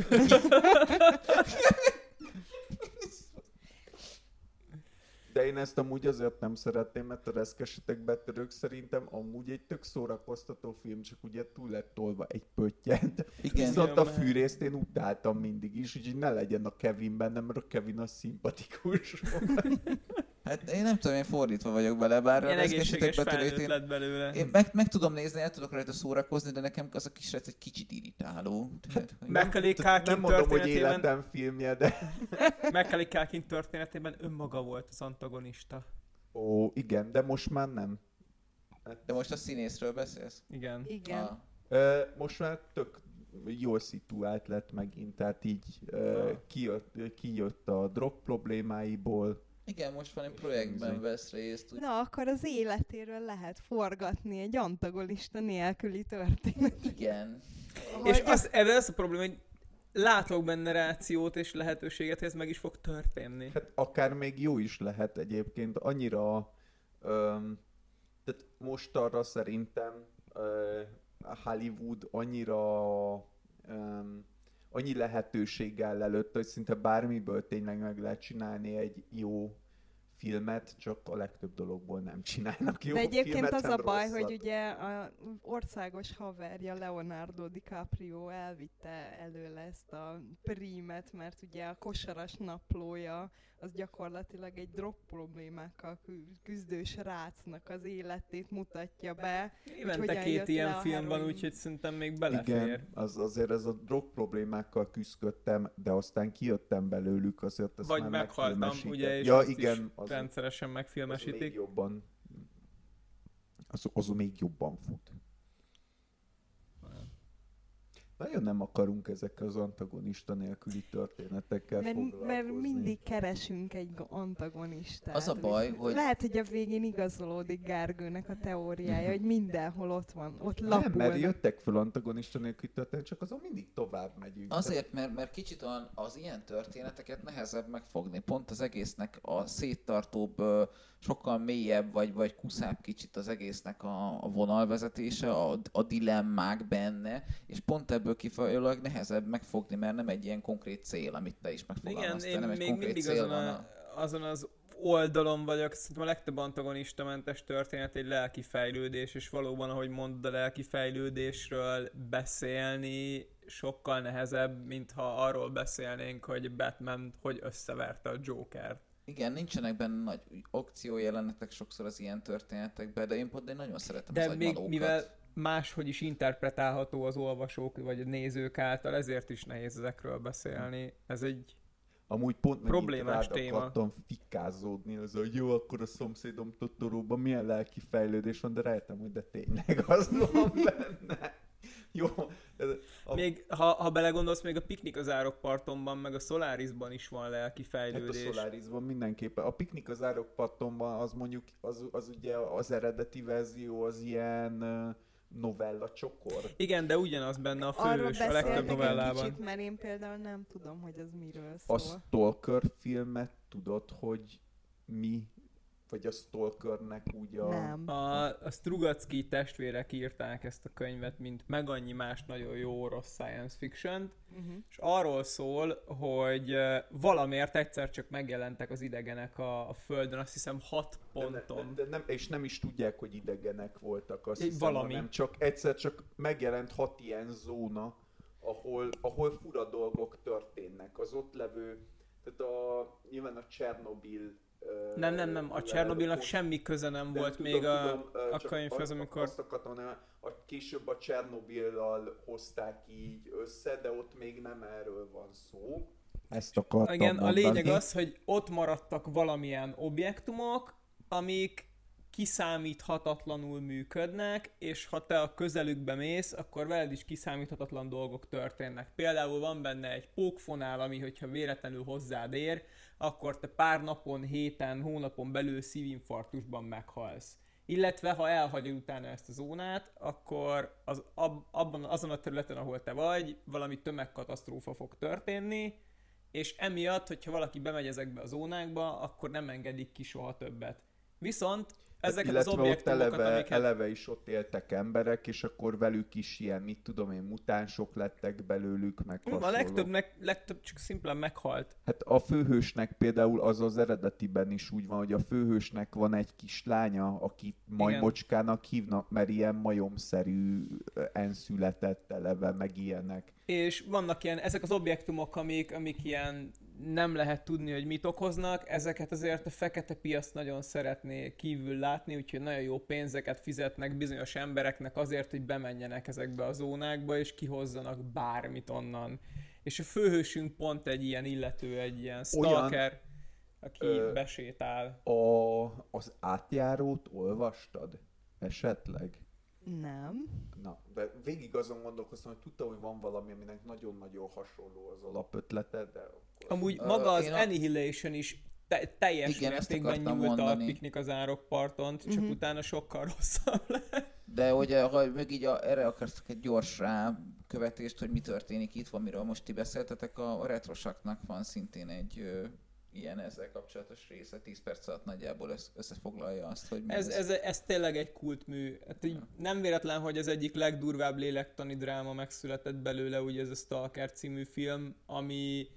De én ezt amúgy azért nem szeretném, mert a reszkesetek betörők szerintem amúgy egy tök szórakoztató film, csak ugye túl lett tolva egy pöttyent. Igen. Viszont a fűrészt én utáltam mindig is, úgyhogy ne legyen a Kevin benne, mert a Kevin az szimpatikus. Hát én nem tudom, én fordítva vagyok bele, bár ilyen a reszkesetek betörőt lett belőle. Én meg tudom nézni, el tudok rajta szórakozni, de nekem az a kisrác egy kicsit irritáló. Macaulay Culkin nem mondom, hogy történetében... életem filmje, de... Macaulay Culkin történetében önmaga volt az antagonista. Igen, de most már nem. De most a színészről beszélsz? Igen. Most már tök jól szituált lett megint, tehát így kijött a drog problémáiból. Igen, most valami projektben vesz részt. Na, akkor az életéről lehet forgatni egy antagonista nélküli történet. Igen. És ez a probléma, hogy látok benne rációt és lehetőséget, hogy ez meg is fog történni. Hát akár még jó is lehet egyébként, annyira, tehát most arra szerintem Hollywood annyira annyi lehetőséggel előtt, hogy szinte bármiből tényleg meg lehet csinálni egy jó filmet, csak a legtöbb dologból nem csinálnak jó De egyébként filmet, az a hanem baj, rosszat. hogy ugye a országos haverja Leonardo DiCaprio elvitte előle ezt a prímet, mert ugye a Kosaras naplója az gyakorlatilag egy drog problémákkal küzdő srácnak az életét mutatja be. Évente hogyan 2 jött le ilyen a film van, heroin. úgyhogy szerintem még belefér. Igen, azért ez a drog problémákkal küzdöttem, de aztán kijöttem belőlük, azért ezt Vagy már meghaltam, megfilmesítették. ugye, és ja, azt igen, is az rendszeresen még megfilmesítik. jobban az még jobban fut. Nagyon nem akarunk ezekkel az antagonista nélküli történetekkel foglalkozni. Mert mindig keresünk egy antagonistát. Az a baj, hogy... Lehet, hogy a végén igazolódik Gergőnek a teóriája, hogy mindenhol ott van, ott lapul. Nem, mert jöttek föl antagonista nélküli történet, csak azon mindig tovább megyünk. Azért, mert kicsit az ilyen történeteket nehezebb megfogni. Pont az egésznek a széttartóbb, sokkal mélyebb, vagy kuszább kicsit az egésznek a vonalvezetése, a dilemmák benne, és pont ebből kifolyólag nehezebb megfogni, mert nem egy ilyen konkrét cél, amit te is megfogalmaztál. Igen, én nem egy még konkrét mindig cél van azon az oldalon vagyok, szerintem a legtöbb antagonistamentes történet egy lelki fejlődés, és valóban, ahogy mondod, a lelki fejlődésről beszélni sokkal nehezebb, mintha arról beszélnénk, hogy Batman hogy összeverte a Jokert. Igen, nincsenek benne nagy akciójelenetek sokszor az ilyen történetekben, de én nagyon szeretem de az még agymalókat. mivel máshogy is interpretálható az olvasók vagy a nézők által, ezért is nehéz ezekről beszélni. Ez egy Amúgy pont problémás megint rád téma. akartam fikázódni, az, hogy jó, akkor a szomszédom Totoróban milyen lelki fejlődés van, de rájöttem, hogy de tényleg az van benne. Jó. Még, ha belegondolsz, még a Piknik az Árokpartonban, meg a Solarisban is van lelki Hát fejlődés. a Solarisban mindenképpen. A Piknik az Árokpartonban az mondjuk, az ugye az eredeti verzió az ilyen novella csokor. Igen, de ugyanaz benne a Arról főhős a legtöbb beszéltek egy novellában. kicsit, mert én például nem tudom, hogy az miről szól. A Stalker filmet tudod, hogy mi, vagy a Stalkernek úgy a... Nem. A Strugatsky testvérek írták ezt a könyvet, mint meg annyi más nagyon jó orosz science fiction-t, és arról szól, hogy valamiért egyszer csak megjelentek az idegenek a Földön, azt hiszem 6 ponton. De nem, és nem is tudják, hogy idegenek voltak, azt Egy hiszem, valami. hanem csak egyszer csak megjelent 6 ilyen zóna, ahol fura dolgok történnek. Az ott levő, tehát nyilván a Csernobil Nem, a Csernobilnak semmi köze nem volt tudom, még a csak könyvhez, amikor... Azt akartam, később a Csernobillal hozták így össze, de ott még nem erről van szó. Ezt akartam Igen, mondani. a lényeg az, hogy ott maradtak valamilyen objektumok, amik kiszámíthatatlanul működnek, és ha te a közelükbe mész, akkor veled is kiszámíthatatlan dolgok történnek. Például van benne egy pókfonál, ami, hogyha véletlenül hozzád ér, akkor te pár napon, héten, hónapon belül szívinfarktusban meghalsz. Illetve, ha elhagyod utána ezt a zónát, akkor azon a területen, ahol te vagy, valami tömegkatasztrófa fog történni, és emiatt, hogyha valaki bemegy ezekbe a zónákba, akkor nem engedik ki soha többet. Viszont ezeket az objektumokat, amiket... eleve is ott éltek emberek, és akkor velük is ilyen, mit tudom én, mutánsok lettek belőlük, meg hasonló. A legtöbb csak szimplán meghalt. Hát a főhősnek például az eredetiben is úgy van, hogy a főhősnek van egy kislánya, akit majmocskának hívnak, mert ilyen majomszerű született eleve, meg ilyenek. És vannak ilyen, ezek az objektumok, amik ilyen nem lehet tudni, hogy mit okoznak, ezeket azért a fekete piac nagyon szeretné kívül látni, úgyhogy nagyon jó pénzeket fizetnek bizonyos embereknek azért, hogy bemenjenek ezekbe a zónákba, és kihozzanak bármit onnan. És a főhősünk pont egy ilyen illető, egy ilyen stalker, aki besétál. Az átjárót olvastad esetleg? Nem. Na, de végig azon gondolkoztam, hogy tudtam, hogy van valami, aminek nagyon-nagyon hasonló az alapötlete, de... Amúgy maga az Annihilation is teljes mértékben nyújt a Piknik az Árokparton, csak utána sokkal rosszabb lett. De ugye, ha meg így erre akartok egy gyors rákövetést, hogy mi történik itt, amiről most ti beszéltetek, a Retrosaknak van szintén egy ilyen ezzel kapcsolatos része, 10 perc alatt nagyjából összefoglalja azt, hogy mi ez tényleg egy kultmű. Hát így nem véletlen, hogy az egyik legdurvább lélektani dráma megszületett belőle, ugye ez a Stalker című film, ami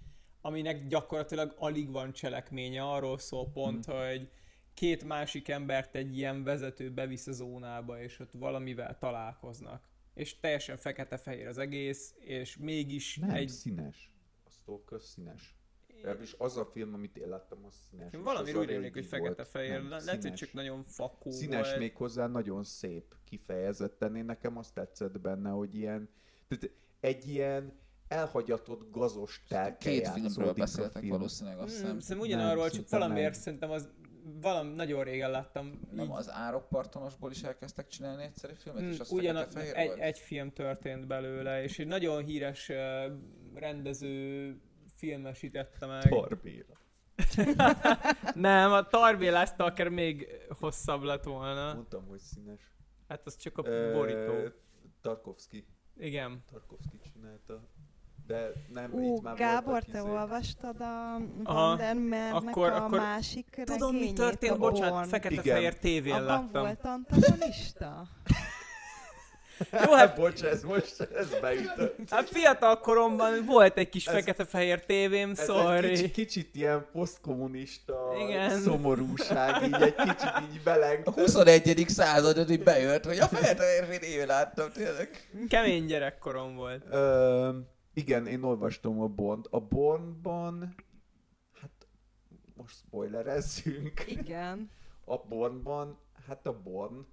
aminek gyakorlatilag alig van cselekménye, arról szól pont, hogy két másik embert egy ilyen vezető bevisz a zónába, és ott valamivel találkoznak. És teljesen fekete-fehér az egész, és mégis Nem, színes. A Stalker színes. És az a film, amit én láttam, az színes. Valami az úgy rémlik, hogy fekete-fehér. Nem, Lehet, hogy színes. csak nagyon fakó Színes volt. méghozzá nagyon szép kifejezetten. Én nekem azt tetszett benne, hogy ilyen, tehát egy ilyen elhagyatott gazos telke Két filmről játszódik a beszéltek film. valószínűleg, azt hiszem. Szerintem ugyanarról, csak szinte valamiért nem. szerintem az nagyon régen láttam. Nem így- az Árokpartonosból is elkezdtek csinálni egyszerű filmet, és az ugyan fekete-fehér volt? egy film történt belőle, és egy nagyon híres rendező filmesítette meg. Tarbéra. Nem, a Tarbéla Stalker még hosszabb lett volna. Mondtam, hogy színes. Hát az csak a borító. Tarkovsky Igen. csinálta. De nem, itt már Gábor, voltak te olvastad a Aha, Vandermeernek akkor- a másik regényét? Tudom, mi történt? a Bocsánat, Born? fekete-fehér tévén Abban láttam. volt antagonista? Jó, hát, Bocs, ez beütött. hát fiatal koromban volt egy kis Ez- fekete-fehér tévém, Ez egy sorry. kicsit ilyen posztkommunista Igen. szomorúság, így egy kicsit így beleng. A 21. századot így bejött, hogy a fekete-fehér éve láttam, tényleg. Kemény gyerekkorom volt. Igen, én olvastam a Bond. A Bondban, hát most spoilerezzünk. Igen. A Bondban, hát a Bond.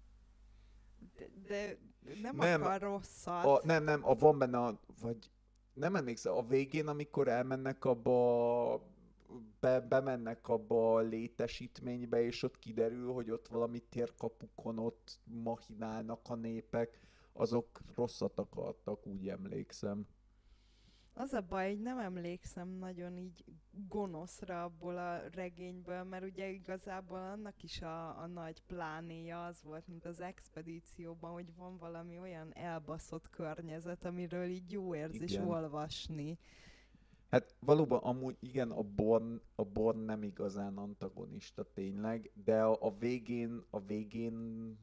De nem Nem, akar rosszat. van benne, vagy nem emlékszem, a végén, amikor elmennek abba, bemennek abba a létesítménybe, és ott kiderül, hogy ott valami térkapukon ott machinálnak a népek, azok rosszat akartak, úgy emlékszem. Az a baj, hogy nem emlékszem nagyon így gonoszra abból a regényből, mert ugye igazából annak is a nagy plánéja az volt, mint az expedícióban, hogy van valami olyan elbaszott környezet, amiről így jó érzés Igen. olvasni. Hát valóban amúgy igen, a Born nem igazán antagonista tényleg, de a végén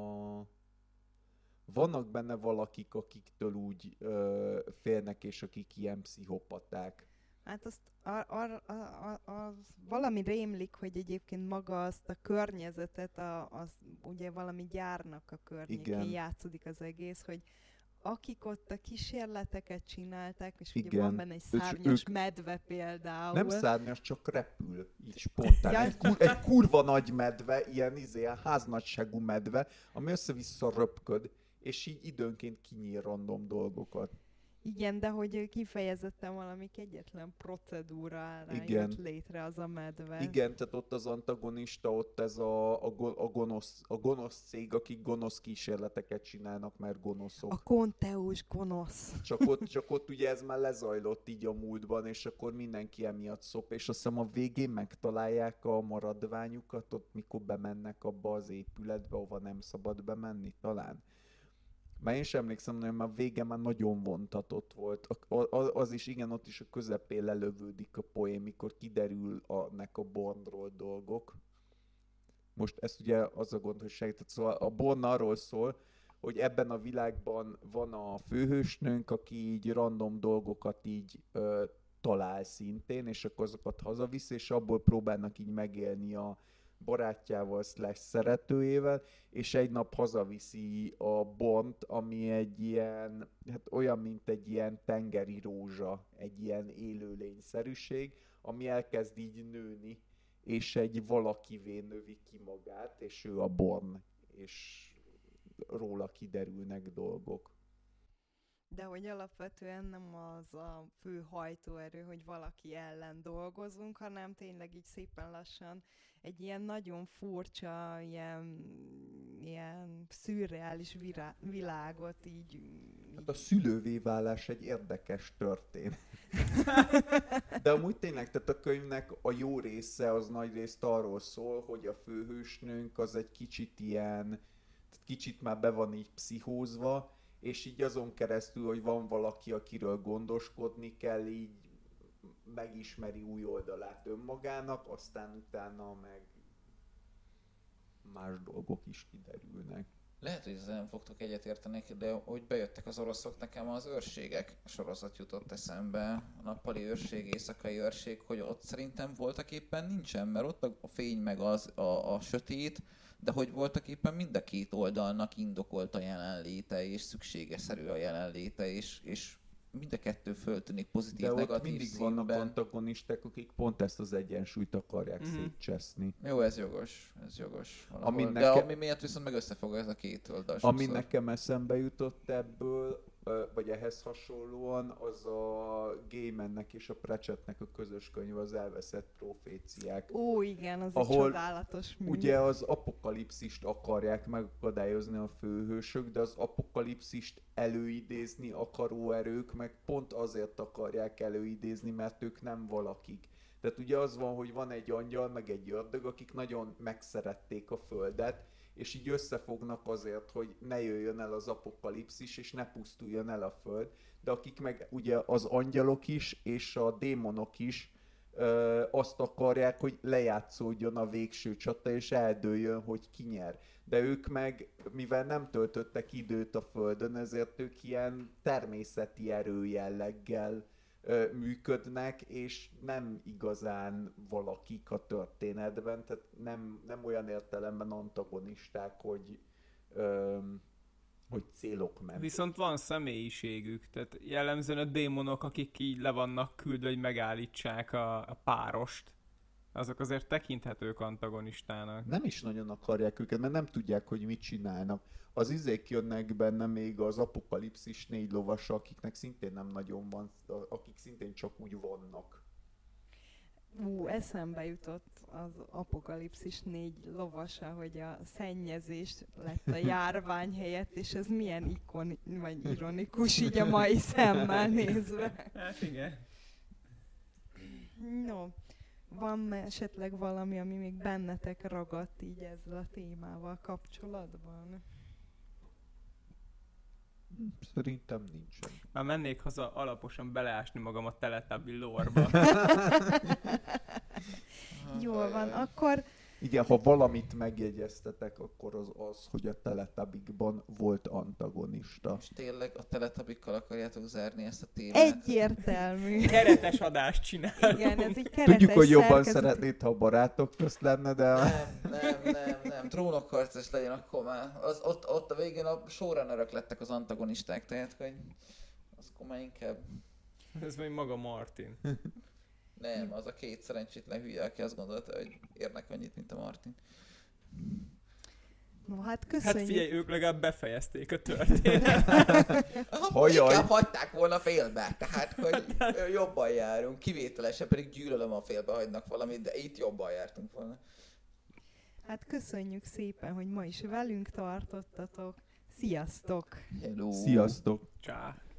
vannak benne valakik, akiktől úgy félnek, és akik ilyen pszichopaták. Hát azt az valami rémlik, hogy egyébként maga azt a környezetet, az ugye valami gyárnak a környékén Igen. játszódik az egész, hogy akik ott a kísérleteket csinálták, és ugye Igen. van benne egy És szárnyas ők medve például. Nem szárnyas, csak repül, így spontán. Ja. Egy kurva nagy medve, ilyen háznagyságú medve, ami össze-vissza röpköd, és így időnként kinyír random dolgokat. Igen, de hogy kifejezetten valami kegyetlen procedúrára Igen. jött létre az a medve. Igen, tehát ott az antagonista, ott ez a gonosz cég, akik gonosz kísérleteket csinálnak, mert gonoszok. A konteus gonosz. Csak ott ugye ez már lezajlott így a múltban, és akkor mindenki emiatt szop, és azt hiszem a végén megtalálják a maradványukat, ott mikor bemennek abba az épületbe, ahova nem szabad bemenni talán. Már én sem emlékszem, hogy már vége már nagyon vontatott volt. Az is, igen, ott is a közepén lelövődik a poén, mikor kiderül nek a Bornról dolgok. Most ezt ugye az a gond, hogy segített. Szóval a Born arról szól, hogy ebben a világban van a főhősnőnk, aki így random dolgokat így talál szintén, és akkor azokat hazavisz, és abból próbálnak így megélni a barátjával / szeretőjével, és egy nap hazaviszi a Bont, ami egy ilyen, hát olyan, mint egy ilyen tengeri rózsa, egy ilyen élőlényszerűség, ami elkezd így nőni, és egy valakivé növi ki magát, és ő a Born, és róla kiderülnek dolgok. De hogy alapvetően nem az a fő hajtóerő, hogy valaki ellen dolgozunk, hanem tényleg így szépen lassan egy ilyen nagyon furcsa, ilyen szürreális világot így... Hát a szülővé válás egy érdekes történet. De amúgy tényleg, tehát a könyvnek a jó része az nagyrészt arról szól, hogy a főhősnőnk az egy kicsit ilyen, tehát kicsit már be van így pszichózva, és így azon keresztül, hogy van valaki, akiről gondoskodni kell, így megismeri új oldalát önmagának, aztán utána meg más dolgok is kiderülnek. Lehet, hogy ezzel nem fogtok egyetérteni, de hogy bejöttek az oroszok, nekem az őrségek sorozat jutott eszembe. A nappali őrség, éjszakai őrség, hogy ott szerintem voltak éppen nincsen, mert ott a fény meg a sötét, de hogy voltak éppen mind a két oldalnak indokolt a jelenléte, és szükségesszerű a jelenléte, és mind a kettő föltűnik pozitív, De ott negatív mindig színben. vannak antagonisták, akik pont ezt az egyensúlyt akarják szétcseszni. Jó, ez jogos. Ami De ami miatt viszont meg összefog ez a két oldal Ami sokszor. nekem eszembe jutott ebből, vagy ehhez hasonlóan, az a Gaimannek és a Pratchettnek a közös könyv, az Elveszett proféciák. Ó, igen, az egy Ahol csodálatos mű. Ugye az apokalipszist akarják megakadályozni a főhősök, de az apokalipszist előidézni akaró erők meg pont azért akarják előidézni, mert ők nem valakik. Tehát ugye az van, hogy van egy angyal, meg egy ördög, akik nagyon megszerették a Földet, és így összefognak azért, hogy ne jöjjön el az apokalipszis, és ne pusztuljon el a Föld. De akik meg ugye az angyalok is, és a démonok is azt akarják, hogy lejátszódjon a végső csata, és eldőljön, hogy ki nyer. De ők meg, mivel nem töltöttek időt a Földön, ezért ők ilyen természeti erőjelleggel működnek, és nem igazán valakik a történetben, tehát nem olyan értelemben antagonisták, hogy célok mentén. Viszont van személyiségük, tehát jellemzően a démonok, akik így le vannak küldve, hogy megállítsák a párost, azok azért tekinthetők antagonistának. Nem is nagyon akarják őket, mert nem tudják, hogy mit csinálnak. Az izék jönnek benne még az apokalipszis 4 lovasa, akiknek szintén nem nagyon van, akik szintén csak úgy vannak. Eszembe jutott az apokalipszis 4 lovasa, hogy a szennyezés lett a járvány helyett, és ez milyen vagy ironikus így a mai szemmel nézve. Hát igen. No, van esetleg valami, ami még bennetek ragadt így ezzel a témával kapcsolatban? Szerintem nincsen. Már mennék haza alaposan beleásni magam a Teletubby lore-ba. Jól van, akkor Igen, ha valamit megjegyeztetek, akkor az, hogy a Teletubbyban volt antagonista. És tényleg a teletabikkal akarjátok zárni ezt a témát? egyértelmű. Keretes adást csinál. Igen, ez egy keretes Tudjuk, hogy jobban szerkezet. szeretnéd, ha a barátok közt lenne, de... Nem. Trónokharcos legyen akkor már. Ott a végén a showrunnerök lettek az antagonisták, tehát hogy az akkor már inkább... Ez még maga Martin. Nem, az a két szerencsétlen hülye, aki azt gondolta, hogy érnek annyit, mint a Martin. No, hát Hát köszönjük. figyelj, ők legalább befejezték a történetet. Hajjaj. Inkább hagyták volna félbe, tehát hogy jobban járunk. Kivételesen pedig gyűlölöm, a félbe hagynak valamit, de itt jobban jártunk volna. Hát köszönjük szépen, hogy ma is velünk tartottatok. Sziasztok! Hello! Sziasztok! Csá.